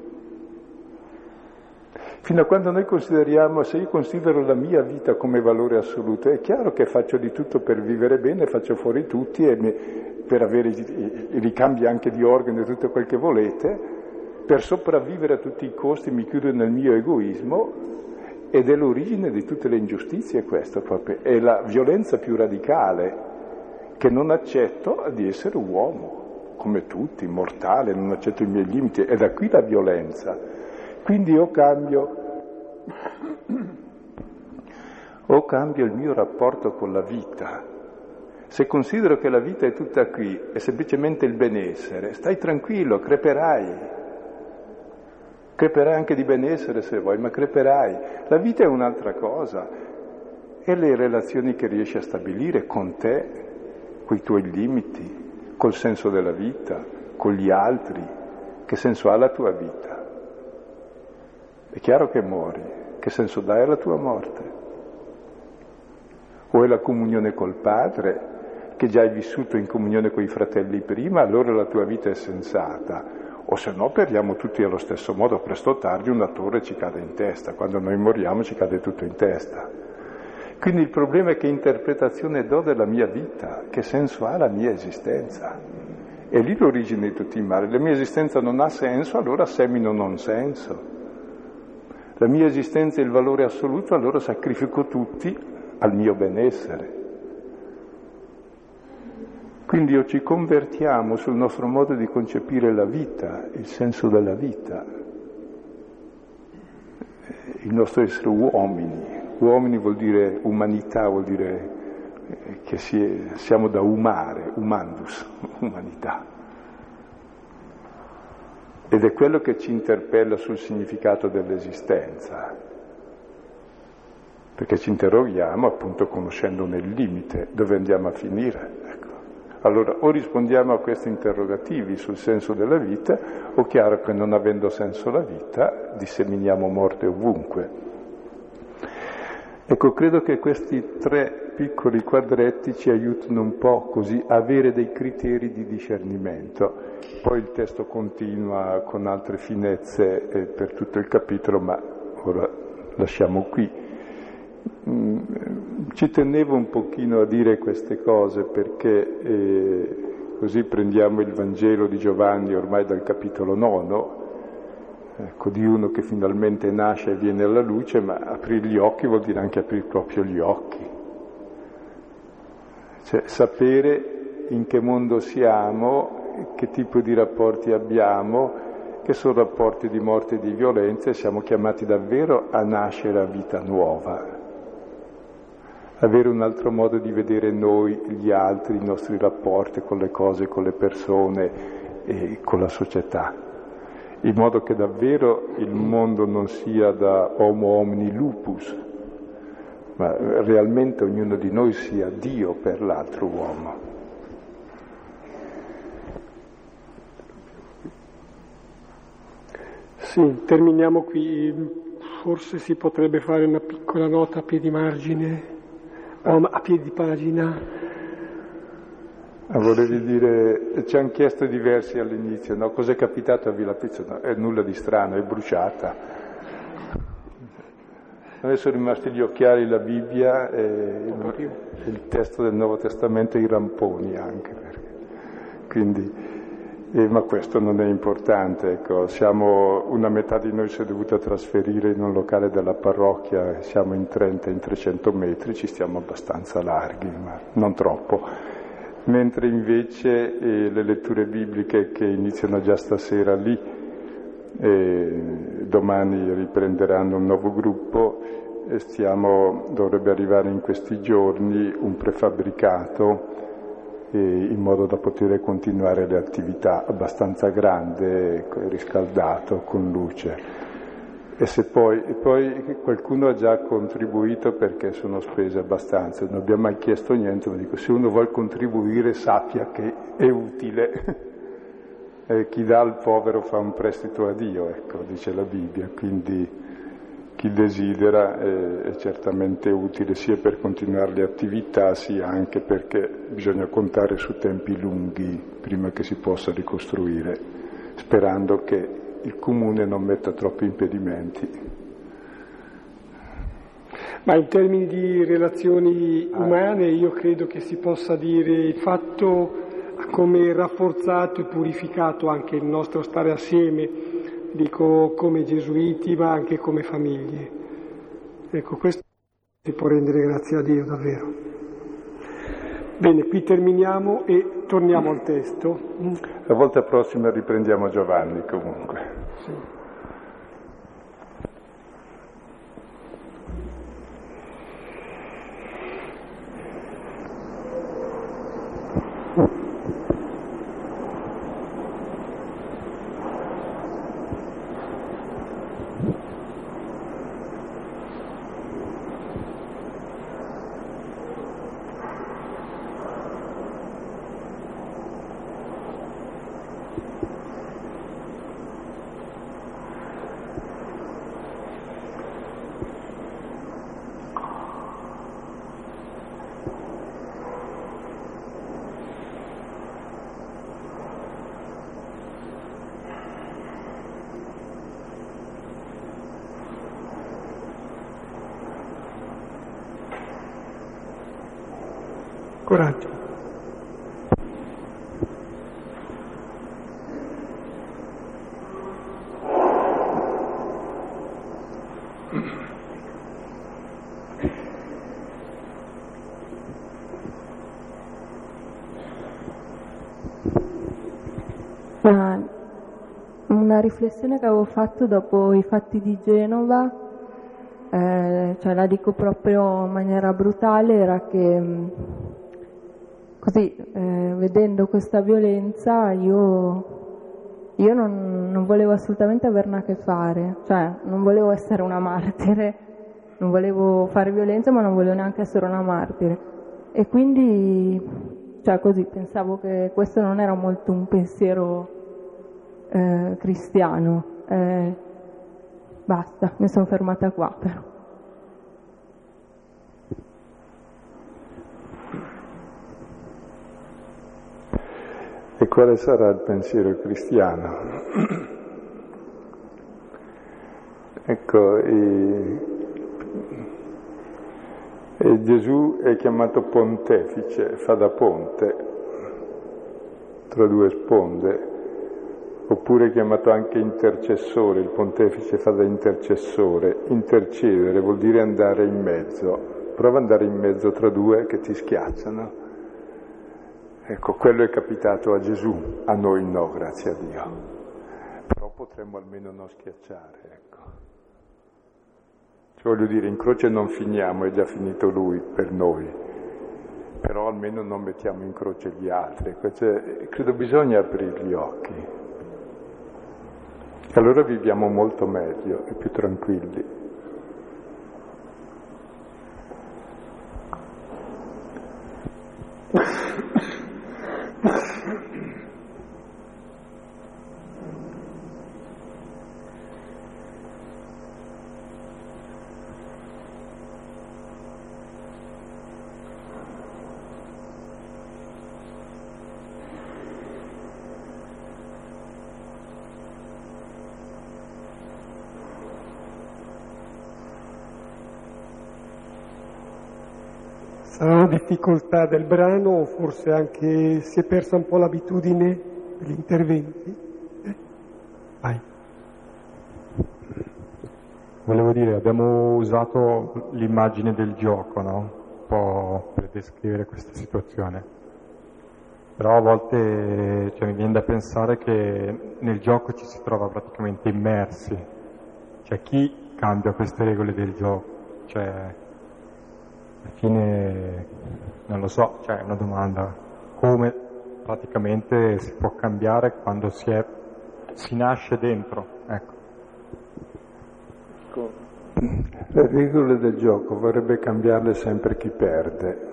Fino a quando noi consideriamo, se io considero la mia vita come valore assoluto, è chiaro che faccio di tutto per vivere bene, faccio fuori tutti e mi, per avere i, i ricambi anche di organi e tutto quel che volete, per sopravvivere a tutti i costi mi chiudo nel mio egoismo, ed è l'origine di tutte le ingiustizie questo proprio, è la violenza più radicale, che non accetto di essere uomo, come tutti, mortale, non accetto i miei limiti, è da qui la violenza. Quindi io cambio, o cambio il mio rapporto con la vita. Se considero che la vita è tutta qui, è semplicemente il benessere, stai tranquillo, creperai. Creperai anche di benessere se vuoi, ma creperai. La vita è un'altra cosa. E le relazioni che riesci a stabilire con te, coi tuoi limiti, col senso della vita, con gli altri. Che senso ha la tua vita? È chiaro che muori, che senso dai alla tua morte? O è la comunione col Padre, che già hai vissuto in comunione con i fratelli prima, allora la tua vita è sensata, o se no perdiamo tutti allo stesso modo, presto o tardi una torre ci cade in testa, quando noi moriamo ci cade tutto in testa. Quindi il problema è che interpretazione do della mia vita, che senso ha la mia esistenza? È lì l'origine di tutti i mali, la mia esistenza non ha senso, allora semino non senso. La mia esistenza è il valore assoluto, allora sacrifico tutti al mio benessere. Quindi o ci convertiamo sul nostro modo di concepire la vita, il senso della vita, il nostro essere uomini. Uomini vuol dire umanità, vuol dire che si, siamo da umare, humandus, umanità. Ed è quello che ci interpella sul significato dell'esistenza, perché ci interroghiamo appunto conoscendone il limite, dove andiamo a finire. Ecco. Allora o rispondiamo a questi interrogativi sul senso della vita, o chiaro che non avendo senso la vita, disseminiamo morte ovunque. Ecco, credo che questi tre piccoli quadretti ci aiutano un po' così a avere dei criteri di discernimento. Poi il testo continua con altre finezze eh, per tutto il capitolo, ma ora lasciamo qui. Mm, ci tenevo un pochino a dire queste cose perché eh, così prendiamo il Vangelo di Giovanni ormai dal capitolo nono, ecco, di uno che finalmente nasce e viene alla luce, ma aprire gli occhi vuol dire anche aprire proprio gli occhi. Cioè sapere in che mondo siamo, che tipo di rapporti abbiamo che sono rapporti di morte e di violenza, e siamo chiamati davvero a nascere a vita nuova, avere un altro modo di vedere noi, gli altri, i nostri rapporti con le cose, con le persone e con la società, in modo che davvero il mondo non sia da homo homini lupus, ma realmente ognuno di noi sia Dio per l'altro uomo. Sì, terminiamo qui. Forse si potrebbe fare una piccola nota a piedi margine o a piedi pagina. Ah, volevi dire, ci hanno chiesto diversi all'inizio, no? Cos'è capitato a Villa Pizzo? No, è nulla di strano, è bruciata. A me sono rimasti gli occhiali, la Bibbia e il, il testo del Nuovo Testamento e i ramponi anche. Perché. Quindi, eh, ma questo non è importante, ecco. Siamo, una metà di noi si è dovuta trasferire in un locale della parrocchia, siamo in trenta, in trecento metri, ci stiamo abbastanza larghi, ma non troppo. Mentre invece eh, le letture bibliche che iniziano già stasera lì, e domani riprenderanno un nuovo gruppo, e stiamo, dovrebbe arrivare in questi giorni un prefabbricato e in modo da poter continuare le attività, abbastanza grande, riscaldato, con luce. E se poi, e poi qualcuno ha già contribuito, perché sono spese abbastanza, non abbiamo mai chiesto niente, ma dico, se uno vuole contribuire sappia che è utile. Eh, chi dà al povero fa un prestito a Dio, ecco, dice la Bibbia, quindi chi desidera eh, è certamente utile sia per continuare le attività, sia anche perché bisogna contare su tempi lunghi prima che si possa ricostruire, sperando che il Comune non metta troppi impedimenti. Ma in termini di relazioni umane io credo che si possa dire il fatto come rafforzato e purificato anche il nostro stare assieme, dico come gesuiti ma anche come famiglie. Ecco, questo si può rendere grazie a Dio davvero. Bene, qui terminiamo e torniamo al testo. La volta prossima riprendiamo Giovanni comunque. Sì. Coraggio. Una, una riflessione che avevo fatto dopo i fatti di Genova, eh, cioè la dico proprio in maniera brutale, era che così, eh, vedendo questa violenza, io, io non, non volevo assolutamente averne a che fare, cioè non volevo essere una martire, non volevo fare violenza, ma non volevo neanche essere una martire. E quindi, cioè così, pensavo che questo non era molto un pensiero eh, cristiano. Eh, basta, mi sono fermata qua però. E quale sarà il pensiero cristiano? Ecco, e, e Gesù è chiamato pontefice, fa da ponte tra due sponde, oppure è chiamato anche intercessore, il pontefice fa da intercessore. Intercedere vuol dire andare in mezzo, prova ad andare in mezzo tra due che ti schiacciano. Ecco, quello è capitato a Gesù, a noi no, grazie a Dio. Però potremmo almeno non schiacciare, ecco. Cioè, voglio dire, in croce non finiamo, è già finito lui per noi, però almeno non mettiamo in croce gli altri. Cioè, credo bisogna aprire gli occhi. E allora viviamo molto meglio e più tranquilli. Sarà una difficoltà del brano o forse anche si è persa un po' l'abitudine degli interventi? Eh? Vai. Volevo dire, abbiamo usato l'immagine del gioco, no? Un po' per descrivere questa situazione. Però a volte cioè, mi viene da pensare che nel gioco ci si trova praticamente immersi. Cioè chi cambia queste regole del gioco? Cioè, alla fine, non lo so, cioè è una domanda, come praticamente si può cambiare quando si, è, si nasce dentro, ecco. Le regole del gioco vorrebbe cambiarle sempre chi perde.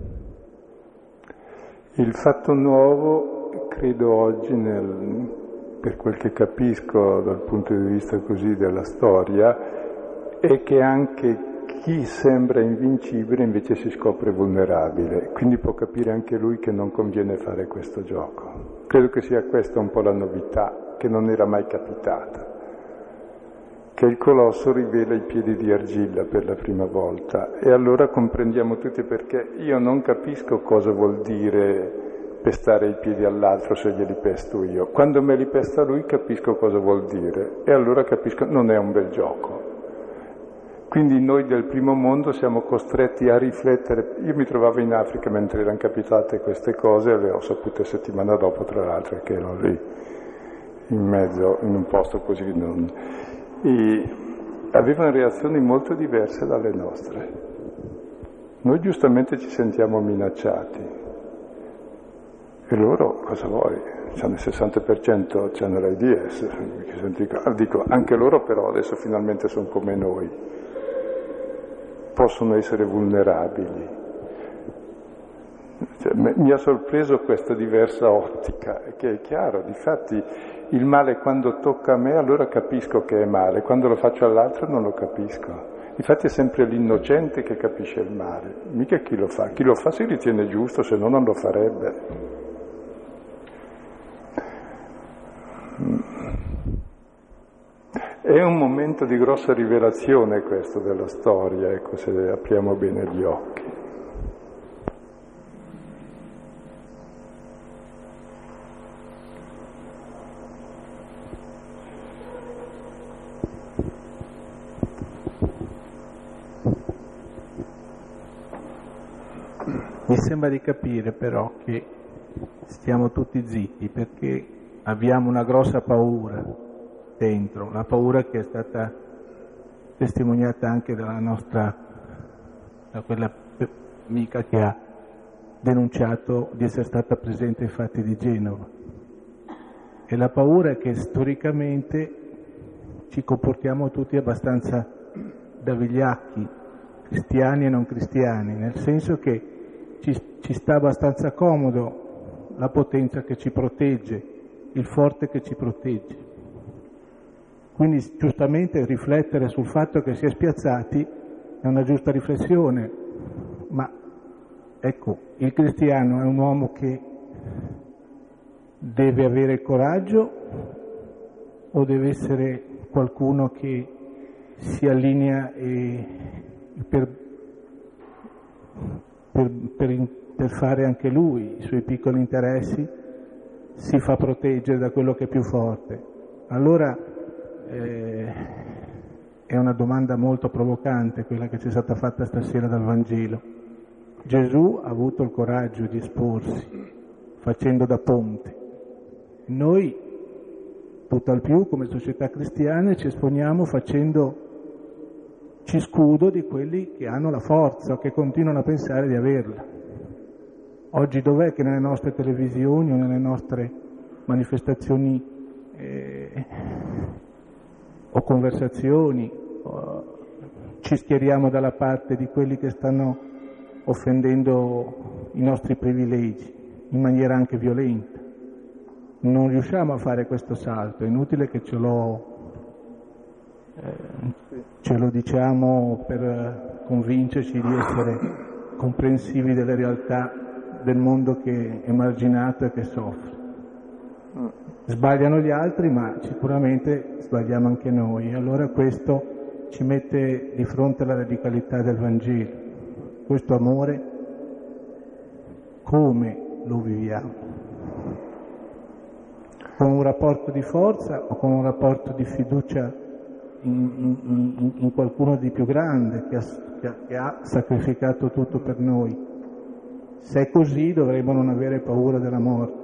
Il fatto nuovo, credo oggi, nel, per quel che capisco dal punto di vista così della storia, è che anche chi sembra invincibile invece si scopre vulnerabile, quindi può capire anche lui che non conviene fare questo gioco. Credo che sia questa un po' la novità, che non era mai capitata, che il colosso rivela i piedi di argilla per la prima volta, e allora comprendiamo tutti perché io non capisco cosa vuol dire pestare i piedi all'altro se glieli pesto io. Quando me li pesta lui capisco cosa vuol dire, e allora capisco non è un bel gioco. Quindi noi del primo mondo siamo costretti a riflettere. Io mi trovavo in Africa mentre erano capitate queste cose, e le ho sapute settimana dopo, tra l'altro, che ero lì, in mezzo, in un posto così. Non... E avevano reazioni molto diverse dalle nostre. Noi giustamente ci sentiamo minacciati. E loro, cosa vuoi? C'hanno il sessanta per cento, c'hanno l'AIDS. Dico, anche loro però adesso finalmente sono come noi. Possono essere vulnerabili. Cioè, mi ha sorpreso questa diversa ottica, che è chiaro, difatti il male quando tocca a me allora capisco che è male, quando lo faccio all'altro non lo capisco. Infatti è sempre l'innocente che capisce il male, mica chi lo fa. Chi lo fa si ritiene giusto, se no non lo farebbe. È un momento di grossa rivelazione questo della storia, ecco, se apriamo bene gli occhi. Mi sembra di capire però che stiamo tutti zitti perché abbiamo una grossa paura dentro, la paura che è stata testimoniata anche dalla nostra, da quella amica che ha denunciato di essere stata presente ai fatti di Genova. E la paura è che storicamente ci comportiamo tutti abbastanza da vigliacchi, cristiani e non cristiani, nel senso che ci, ci sta abbastanza comodo la potenza che ci protegge, il forte che ci protegge. Quindi giustamente riflettere sul fatto che si è spiazzati è una giusta riflessione, ma ecco, il cristiano è un uomo che deve avere il coraggio o deve essere qualcuno che si allinea e per, per, per, per fare anche lui i suoi piccoli interessi si fa proteggere da quello che è più forte? Allora Eh, è una domanda molto provocante quella che ci è stata fatta stasera dal Vangelo. Gesù ha avuto il coraggio di esporsi, facendo da ponte. Noi tutt'al più come società cristiana ci esponiamo facendoci scudo di quelli che hanno la forza o che continuano a pensare di averla. Oggi dov'è che nelle nostre televisioni o nelle nostre manifestazioni eh, o conversazioni o, ci schieriamo dalla parte di quelli che stanno offendendo i nostri privilegi in maniera anche violenta? Non riusciamo a fare questo salto, è inutile che ce lo, eh, ce lo diciamo per convincerci di essere comprensivi delle realtà del mondo che è emarginato e che soffre. Sbagliano gli altri, ma sicuramente sbagliamo anche noi. Allora questo ci mette di fronte alla radicalità del Vangelo. Questo amore, come lo viviamo? Con un rapporto di forza o con un rapporto di fiducia in, in, in qualcuno di più grande che ha, che ha sacrificato tutto per noi? Se è così dovremmo non avere paura della morte.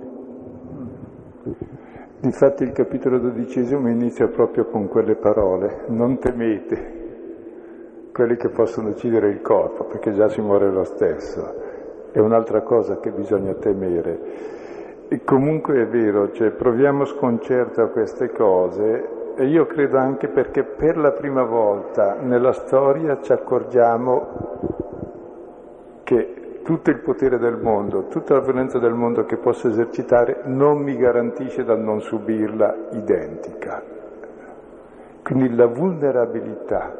Infatti il capitolo dodicesimo inizia proprio con quelle parole: non temete quelli che possono uccidere il corpo, perché già si muore lo stesso. È un'altra cosa che bisogna temere. E comunque è vero, cioè proviamo sconcerto a queste cose, e io credo anche perché per la prima volta nella storia ci accorgiamo che tutto il potere del mondo, tutta la violenza del mondo che posso esercitare non mi garantisce dal non subirla identica. Quindi la vulnerabilità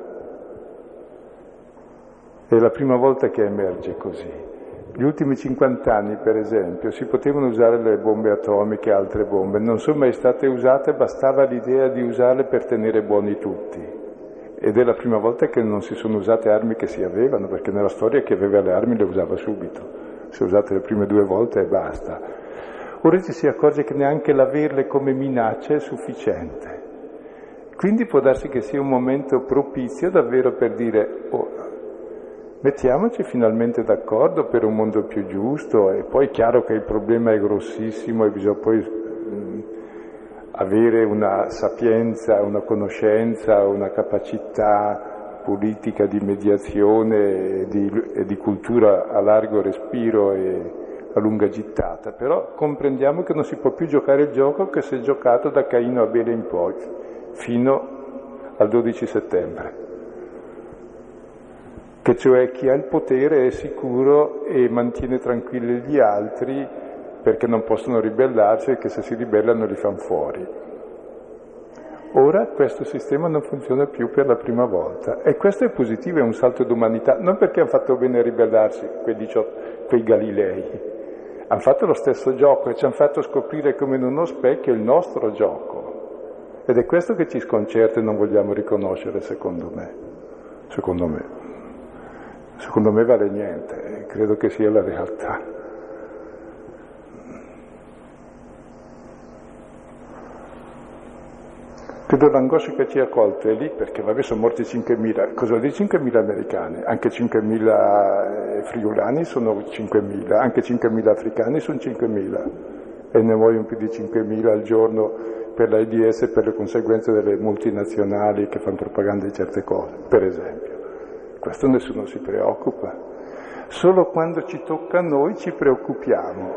è la prima volta che emerge così. Gli ultimi cinquanta anni, per esempio, si potevano usare le bombe atomiche e altre bombe, non sono mai state usate, bastava l'idea di usarle per tenere buoni tutti. Ed è la prima volta che non si sono usate armi che si avevano, perché nella storia chi aveva le armi le usava subito. Si è usate le prime due volte e basta. Ora ci si accorge che neanche l'averle come minaccia è sufficiente. Quindi può darsi che sia un momento propizio davvero per dire oh, mettiamoci finalmente d'accordo per un mondo più giusto, e poi è chiaro che il problema è grossissimo e bisogna poi mh, avere una sapienza, una conoscenza, una capacità politica di mediazione e di, e di cultura a largo respiro e a lunga gittata, però comprendiamo che non si può più giocare il gioco che si è giocato da Caino a Abele in poi, fino al dodici settembre. Che cioè chi ha il potere è sicuro e mantiene tranquilli gli altri perché non possono ribellarsi e che se si ribellano li fanno fuori. Ora questo sistema non funziona più per la prima volta e questo è positivo, è un salto d'umanità, non perché hanno fatto bene a ribellarsi quei, diciotto, quei Galilei, hanno fatto lo stesso gioco e ci hanno fatto scoprire come in uno specchio il nostro gioco ed è questo che ci sconcerta e non vogliamo riconoscere, secondo me. Secondo me. Secondo me vale niente, credo che sia la realtà. Credo l'angoscia che ci ha colto è lì, perché vabbè sono morti cinquemila, cosa vuol dire cinquemila americani? Anche cinquemila friulani sono cinquemila, anche cinquemila africani sono cinquemila e ne muoiono più di cinquemila al giorno per l'AIDS e per le conseguenze delle multinazionali che fanno propaganda di certe cose, per esempio. Questo nessuno si preoccupa, solo quando ci tocca a noi ci preoccupiamo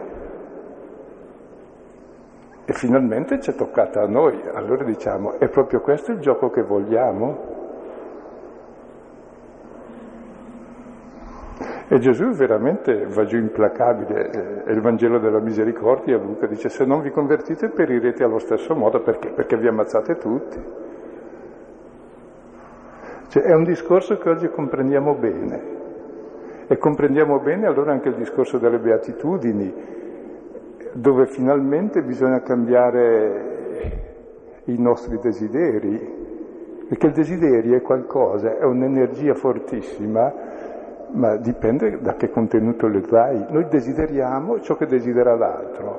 e finalmente ci è toccata a noi, allora diciamo, è proprio questo il gioco che vogliamo? E Gesù veramente va giù implacabile, è il Vangelo della misericordia, Luca dice se non vi convertite perirete allo stesso modo, perché? Perché vi ammazzate tutti. Cioè, è un discorso che oggi comprendiamo bene e comprendiamo bene allora anche il discorso delle beatitudini, dove finalmente bisogna cambiare i nostri desideri, perché il desiderio è qualcosa, è un'energia fortissima, ma dipende da che contenuto le dai. Noi desideriamo ciò che desidera l'altro,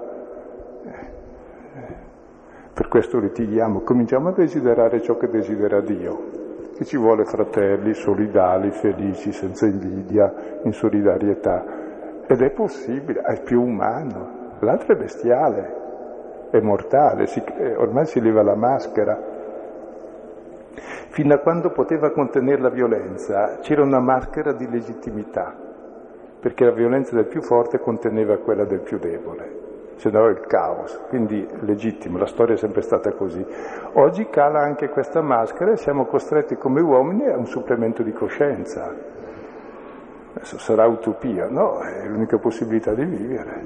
per questo litighiamo, cominciamo a desiderare ciò che desidera Dio. Che ci vuole fratelli, solidali, felici, senza invidia, in solidarietà. Ed è possibile, è più umano, l'altro è bestiale. è mortale, si, ormai si leva la maschera. Fino a quando poteva contenere la violenza c'era una maschera di legittimità, perché la violenza del più forte conteneva quella del più debole, se no il caos, quindi legittimo, la storia è sempre stata così. Oggi cala anche questa maschera e siamo costretti come uomini a un supplemento di coscienza. Adesso sarà utopia, no? È l'unica possibilità di vivere.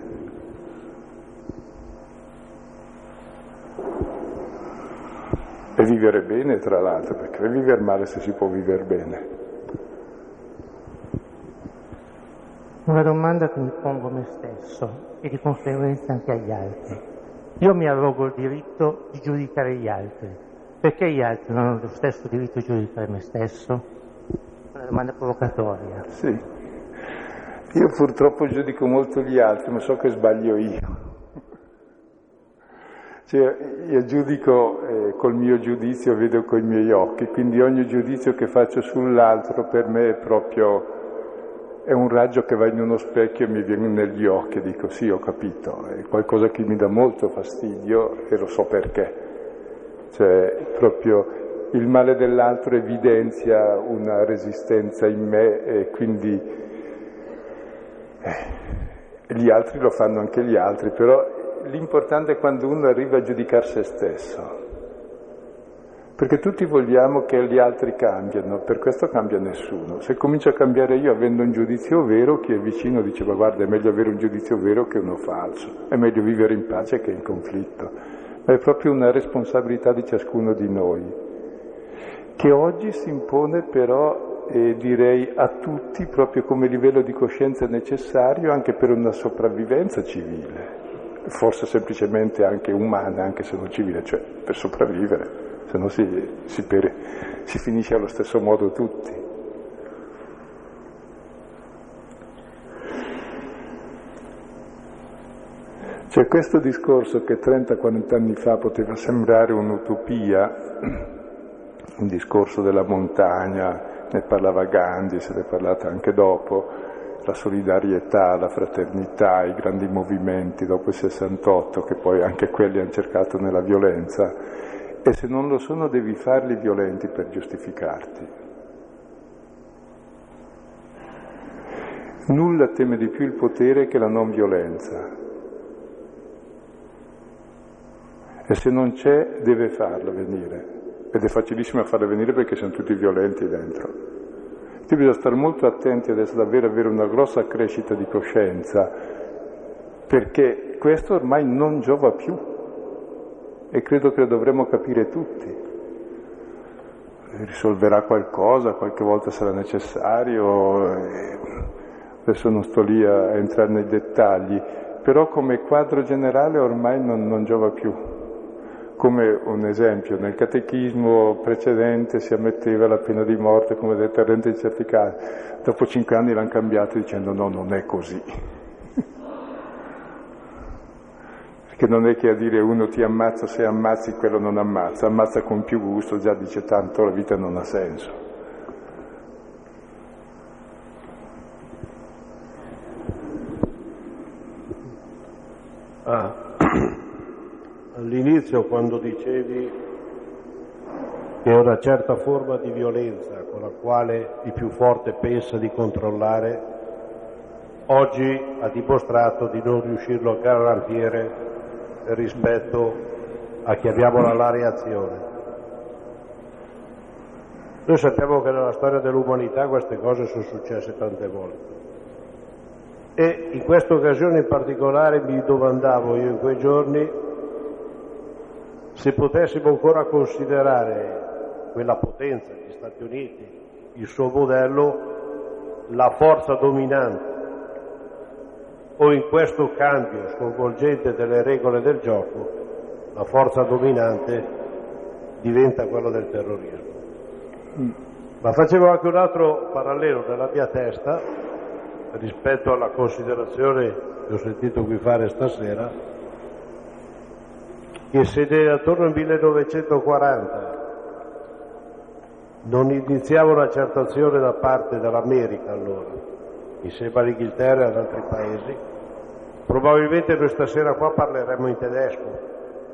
E vivere bene, tra l'altro, perché vivere male se si può vivere bene. Una domanda che mi pongo a me stesso e di conseguenza anche agli altri. Io mi arrogo il diritto di giudicare gli altri. Perché gli altri non hanno lo stesso diritto di giudicare me stesso? Una domanda provocatoria. Sì. Io purtroppo giudico molto gli altri, ma so che sbaglio io. Cioè, io giudico eh, col mio giudizio, vedo coi miei occhi, quindi ogni giudizio che faccio sull'altro per me è proprio... è un raggio che va in uno specchio e mi viene negli occhi e dico sì, ho capito, è qualcosa che mi dà molto fastidio e lo so perché. Cioè, proprio il male dell'altro evidenzia una resistenza in me e quindi eh, gli altri lo fanno anche gli altri, però l'importante è quando uno arriva a giudicare se stesso. Perché tutti vogliamo che gli altri cambiano, per questo cambia nessuno. Se comincio a cambiare io avendo un giudizio vero, chi è vicino dice ma guarda è meglio avere un giudizio vero che uno falso, è meglio vivere in pace che in conflitto. Ma è proprio una responsabilità di ciascuno di noi, che oggi si impone però, eh, direi, a tutti proprio come livello di coscienza necessario anche per una sopravvivenza civile, forse semplicemente anche umana, anche se non civile, cioè per sopravvivere. Se no si, si, pere, si finisce allo stesso modo tutti. C'è questo discorso che trenta quaranta anni fa poteva sembrare un'utopia, un discorso della montagna, ne parlava Gandhi, se ne è parlato anche dopo, la solidarietà, la fraternità, i grandi movimenti dopo il sessantotto, che poi anche quelli hanno cercato nella violenza. E se non lo sono devi farli violenti per giustificarti. Nulla teme di più il potere che la non violenza. E se non c'è deve farla venire. Ed è facilissimo farla venire perché sono tutti violenti dentro. Quindi bisogna stare molto attenti adesso davvero avere una grossa crescita di coscienza, perché questo ormai non giova più. E credo che lo dovremmo capire tutti. Risolverà qualcosa, qualche volta sarà necessario, adesso non sto lì a entrare nei dettagli, però come quadro generale ormai non, non giova più. Come un esempio, nel catechismo precedente si ammetteva la pena di morte come deterrente in certi casi, dopo cinque anni l'hanno cambiato dicendo no, non è così. Che non è che a dire uno ti ammazza, se ammazzi quello non ammazza, ammazza con più gusto, già dice tanto la vita non ha senso. Ah, all'inizio quando dicevi che è una certa forma di violenza con la quale il più forte pensa di controllare, oggi ha dimostrato di non riuscirlo a garantire rispetto a chiamiamola la reazione. Noi sappiamo che nella storia dell'umanità queste cose sono successe tante volte e in questa occasione in particolare mi domandavo io in quei giorni se potessimo ancora considerare quella potenza, gli Stati Uniti, il suo modello, la forza dominante, o in questo cambio sconvolgente delle regole del gioco la forza dominante diventa quella del terrorismo. Mm. Ma facevo anche un altro parallelo nella mia testa rispetto alla considerazione che ho sentito qui fare stasera, che se attorno al millenovecentoquaranta non iniziava una certa azione da parte dell'America allora, insieme all'Inghilterra e ad altri paesi, probabilmente noi stasera qua parleremmo in tedesco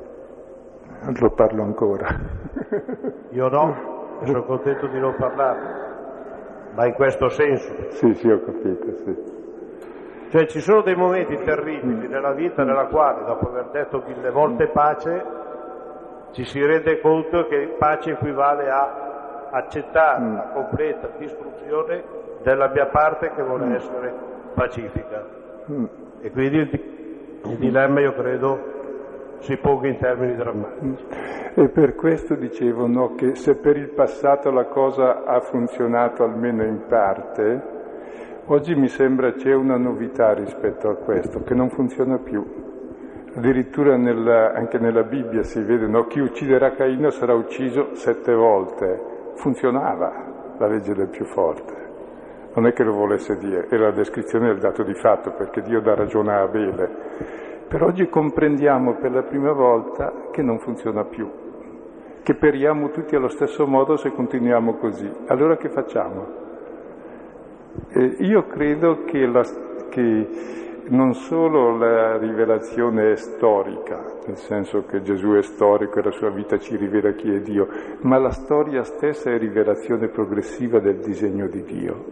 Lo parlo ancora. Io no, e sono contento di non parlare, ma in questo senso. Sì, sì, ho capito, sì. Cioè ci sono dei momenti terribili nella vita nella quale, dopo aver detto mille volte pace, ci si rende conto che pace equivale a accettare la completa distruzione della mia parte che vuole essere pacifica. E quindi il, il dilemma, io credo, si ponga in termini drammatici. E per questo dicevo, no, che se per il passato la cosa ha funzionato almeno in parte, oggi mi sembra c'è una novità rispetto a questo, che non funziona più. Addirittura nella, anche nella Bibbia si vede, no, chi ucciderà Caino sarà ucciso sette volte. Funzionava la legge del più forte. Non è che lo volesse dire, era la descrizione del dato di fatto, perché Dio dà ragione a Abele. Per oggi comprendiamo per la prima volta che non funziona più, che periamo tutti allo stesso modo se continuiamo così. Allora che facciamo? Eh, io credo che, la, che non solo la rivelazione è storica, nel senso che Gesù è storico e la sua vita ci rivela chi è Dio, ma la storia stessa è rivelazione progressiva del disegno di Dio.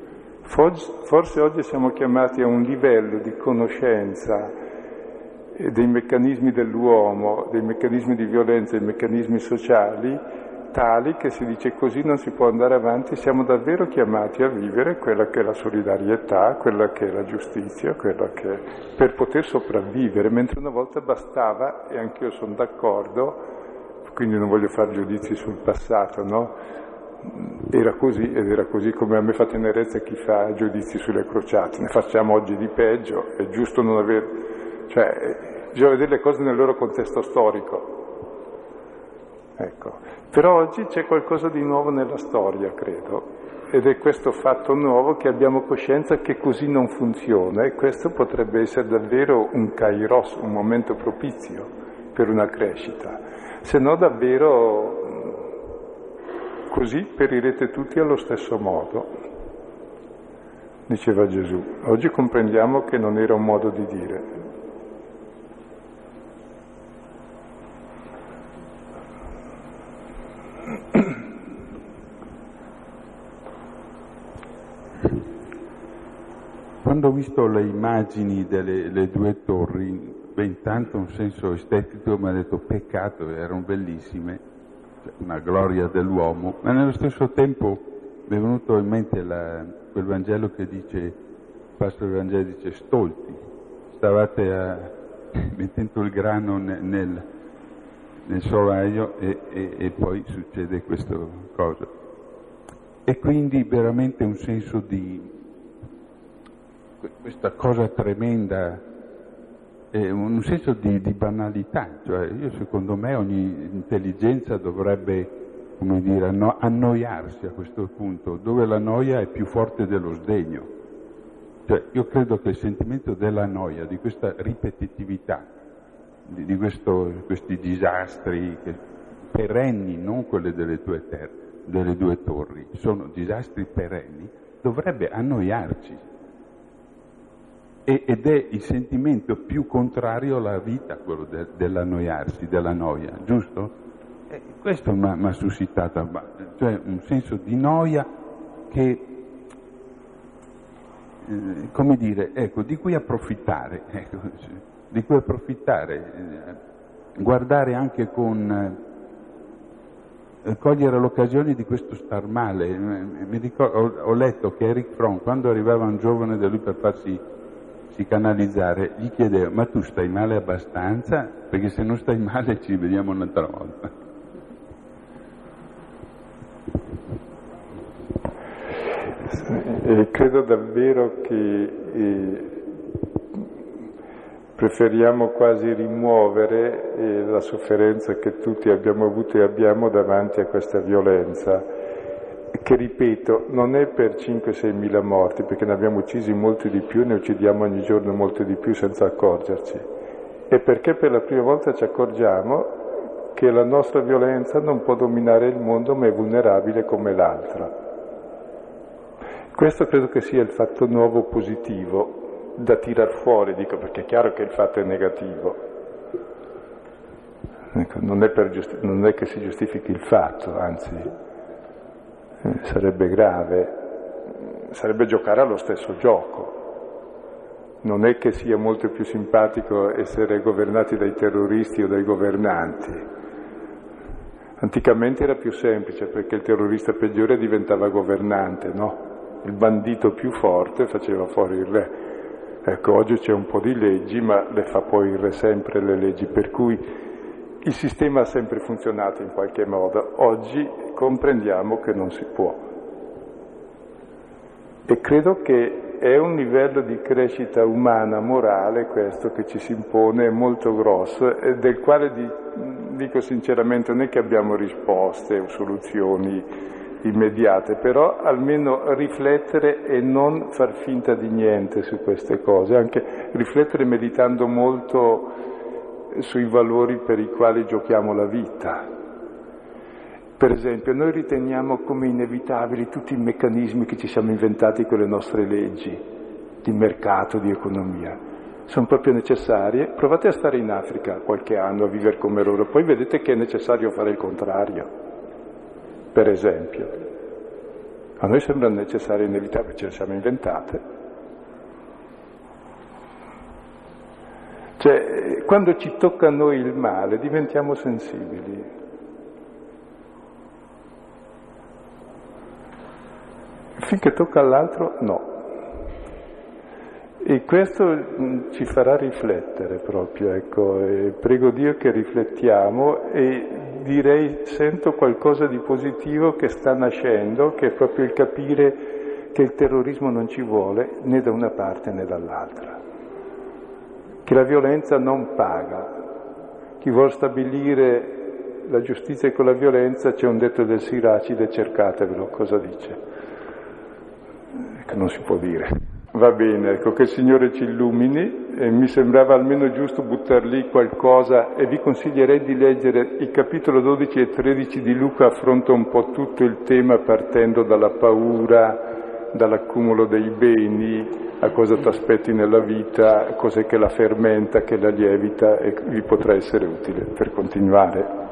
Forse oggi siamo chiamati a un livello di conoscenza dei meccanismi dell'uomo, dei meccanismi di violenza, dei meccanismi sociali, tali che si dice così non si può andare avanti, siamo davvero chiamati a vivere quella che è la solidarietà, quella che è la giustizia, quella che è per poter sopravvivere, mentre una volta bastava, e anch'io sono d'accordo, quindi non voglio fare giudizi sul passato, no? Era così, ed era così come a me fa tenerezza chi fa giudizi sulle crociate, ne facciamo oggi di peggio, è giusto non aver... Cioè, bisogna vedere le cose nel loro contesto storico. Ecco. Però oggi c'è qualcosa di nuovo nella storia, credo, ed è questo fatto nuovo che abbiamo coscienza che così non funziona, e questo potrebbe essere davvero un kairos, un momento propizio per una crescita. Se no davvero così perirete tutti allo stesso modo, diceva Gesù. Oggi comprendiamo che non era un modo di dire. Quando ho visto le immagini delle le due torri, beh, intanto un senso estetico mi ha detto peccato, erano bellissime, cioè una gloria dell'uomo, ma nello stesso tempo mi è venuto in mente la, quel Vangelo che dice, il pastore del Vangelo dice, stolti, stavate a, mettendo il grano nel, nel, nel solaio e, e, e poi succede questa cosa. E quindi veramente un senso di questa cosa tremenda, eh, un senso di, di banalità, cioè io secondo me ogni intelligenza dovrebbe, come dire, anno, annoiarsi a questo punto, dove la noia è più forte dello sdegno. Cioè io credo che il sentimento della noia, di questa ripetitività, di, di questo, questi disastri che, perenni, non quelli delle due, ter, delle due torri, sono disastri perenni, dovrebbe annoiarci. Ed è il sentimento più contrario alla vita, quello de, dell'annoiarsi, della noia, giusto? E questo mi ha suscitato, cioè un senso di noia che, eh, come dire, ecco, di cui approfittare, ecco, di cui approfittare, eh, guardare anche con, eh, cogliere l'occasione di questo star male. Mi ricordo, ho, ho letto che Erich Fromm, quando arrivava un giovane da lui per farsi canalizzare, gli chiedeva, ma tu stai male abbastanza? Perché se non stai male ci vediamo un'altra volta. E credo davvero che eh, preferiamo quasi rimuovere eh, la sofferenza che tutti abbiamo avuto e abbiamo davanti a questa violenza, che ripeto non è per cinque sei mila morti, perché ne abbiamo uccisi molti di più, ne uccidiamo ogni giorno molti di più senza accorgerci, è perché per la prima volta ci accorgiamo che la nostra violenza non può dominare il mondo, ma è vulnerabile come l'altra. Questo credo che sia il fatto nuovo positivo da tirar fuori, dico, perché è chiaro che il fatto è negativo. Ecco, non è, per giusti- non è che si giustifichi il fatto, anzi eh, sarebbe grave, sarebbe giocare allo stesso gioco. Non è che sia molto più simpatico essere governati dai terroristi o dai governanti. Anticamente era più semplice perché il terrorista peggiore diventava governante, no? Il bandito più forte faceva fuori il re. Ecco, oggi c'è un po' di leggi, ma le fa poi il re sempre le leggi, per cui il sistema ha sempre funzionato in qualche modo. Oggi comprendiamo che non si può. E credo che è un livello di crescita umana, morale, questo che ci si impone, molto grosso, e del quale di, dico sinceramente non è che abbiamo risposte o soluzioni immediate, però almeno riflettere e non far finta di niente su queste cose, anche riflettere meditando molto sui valori per i quali giochiamo la vita. Per esempio, noi riteniamo come inevitabili tutti i meccanismi che ci siamo inventati con le nostre leggi di mercato, di economia. Sono proprio necessarie. Provate a stare in Africa qualche anno, a vivere come loro, poi vedete che è necessario fare il contrario, per esempio. A noi sembra necessario e inevitabile, ce le siamo inventate. Cioè, quando ci tocca a noi il male, diventiamo sensibili. Finché tocca all'altro, no. E questo ci farà riflettere proprio, ecco, e prego Dio che riflettiamo e direi sento qualcosa di positivo che sta nascendo, che è proprio il capire che il terrorismo non ci vuole né da una parte né dall'altra, che la violenza non paga. Chi vuole stabilire la giustizia con la violenza, c'è un detto del Siracide, cercatevelo, cosa dice? Che non si può dire. Va bene, ecco, che il Signore ci illumini, e mi sembrava almeno giusto buttar lì qualcosa, e vi consiglierei di leggere il capitolo dodici e tredici di Luca, affronta un po' tutto il tema partendo dalla paura, dall'accumulo dei beni, a cosa ti aspetti nella vita, cos'è che la fermenta, che la lievita, e vi potrà essere utile per continuare.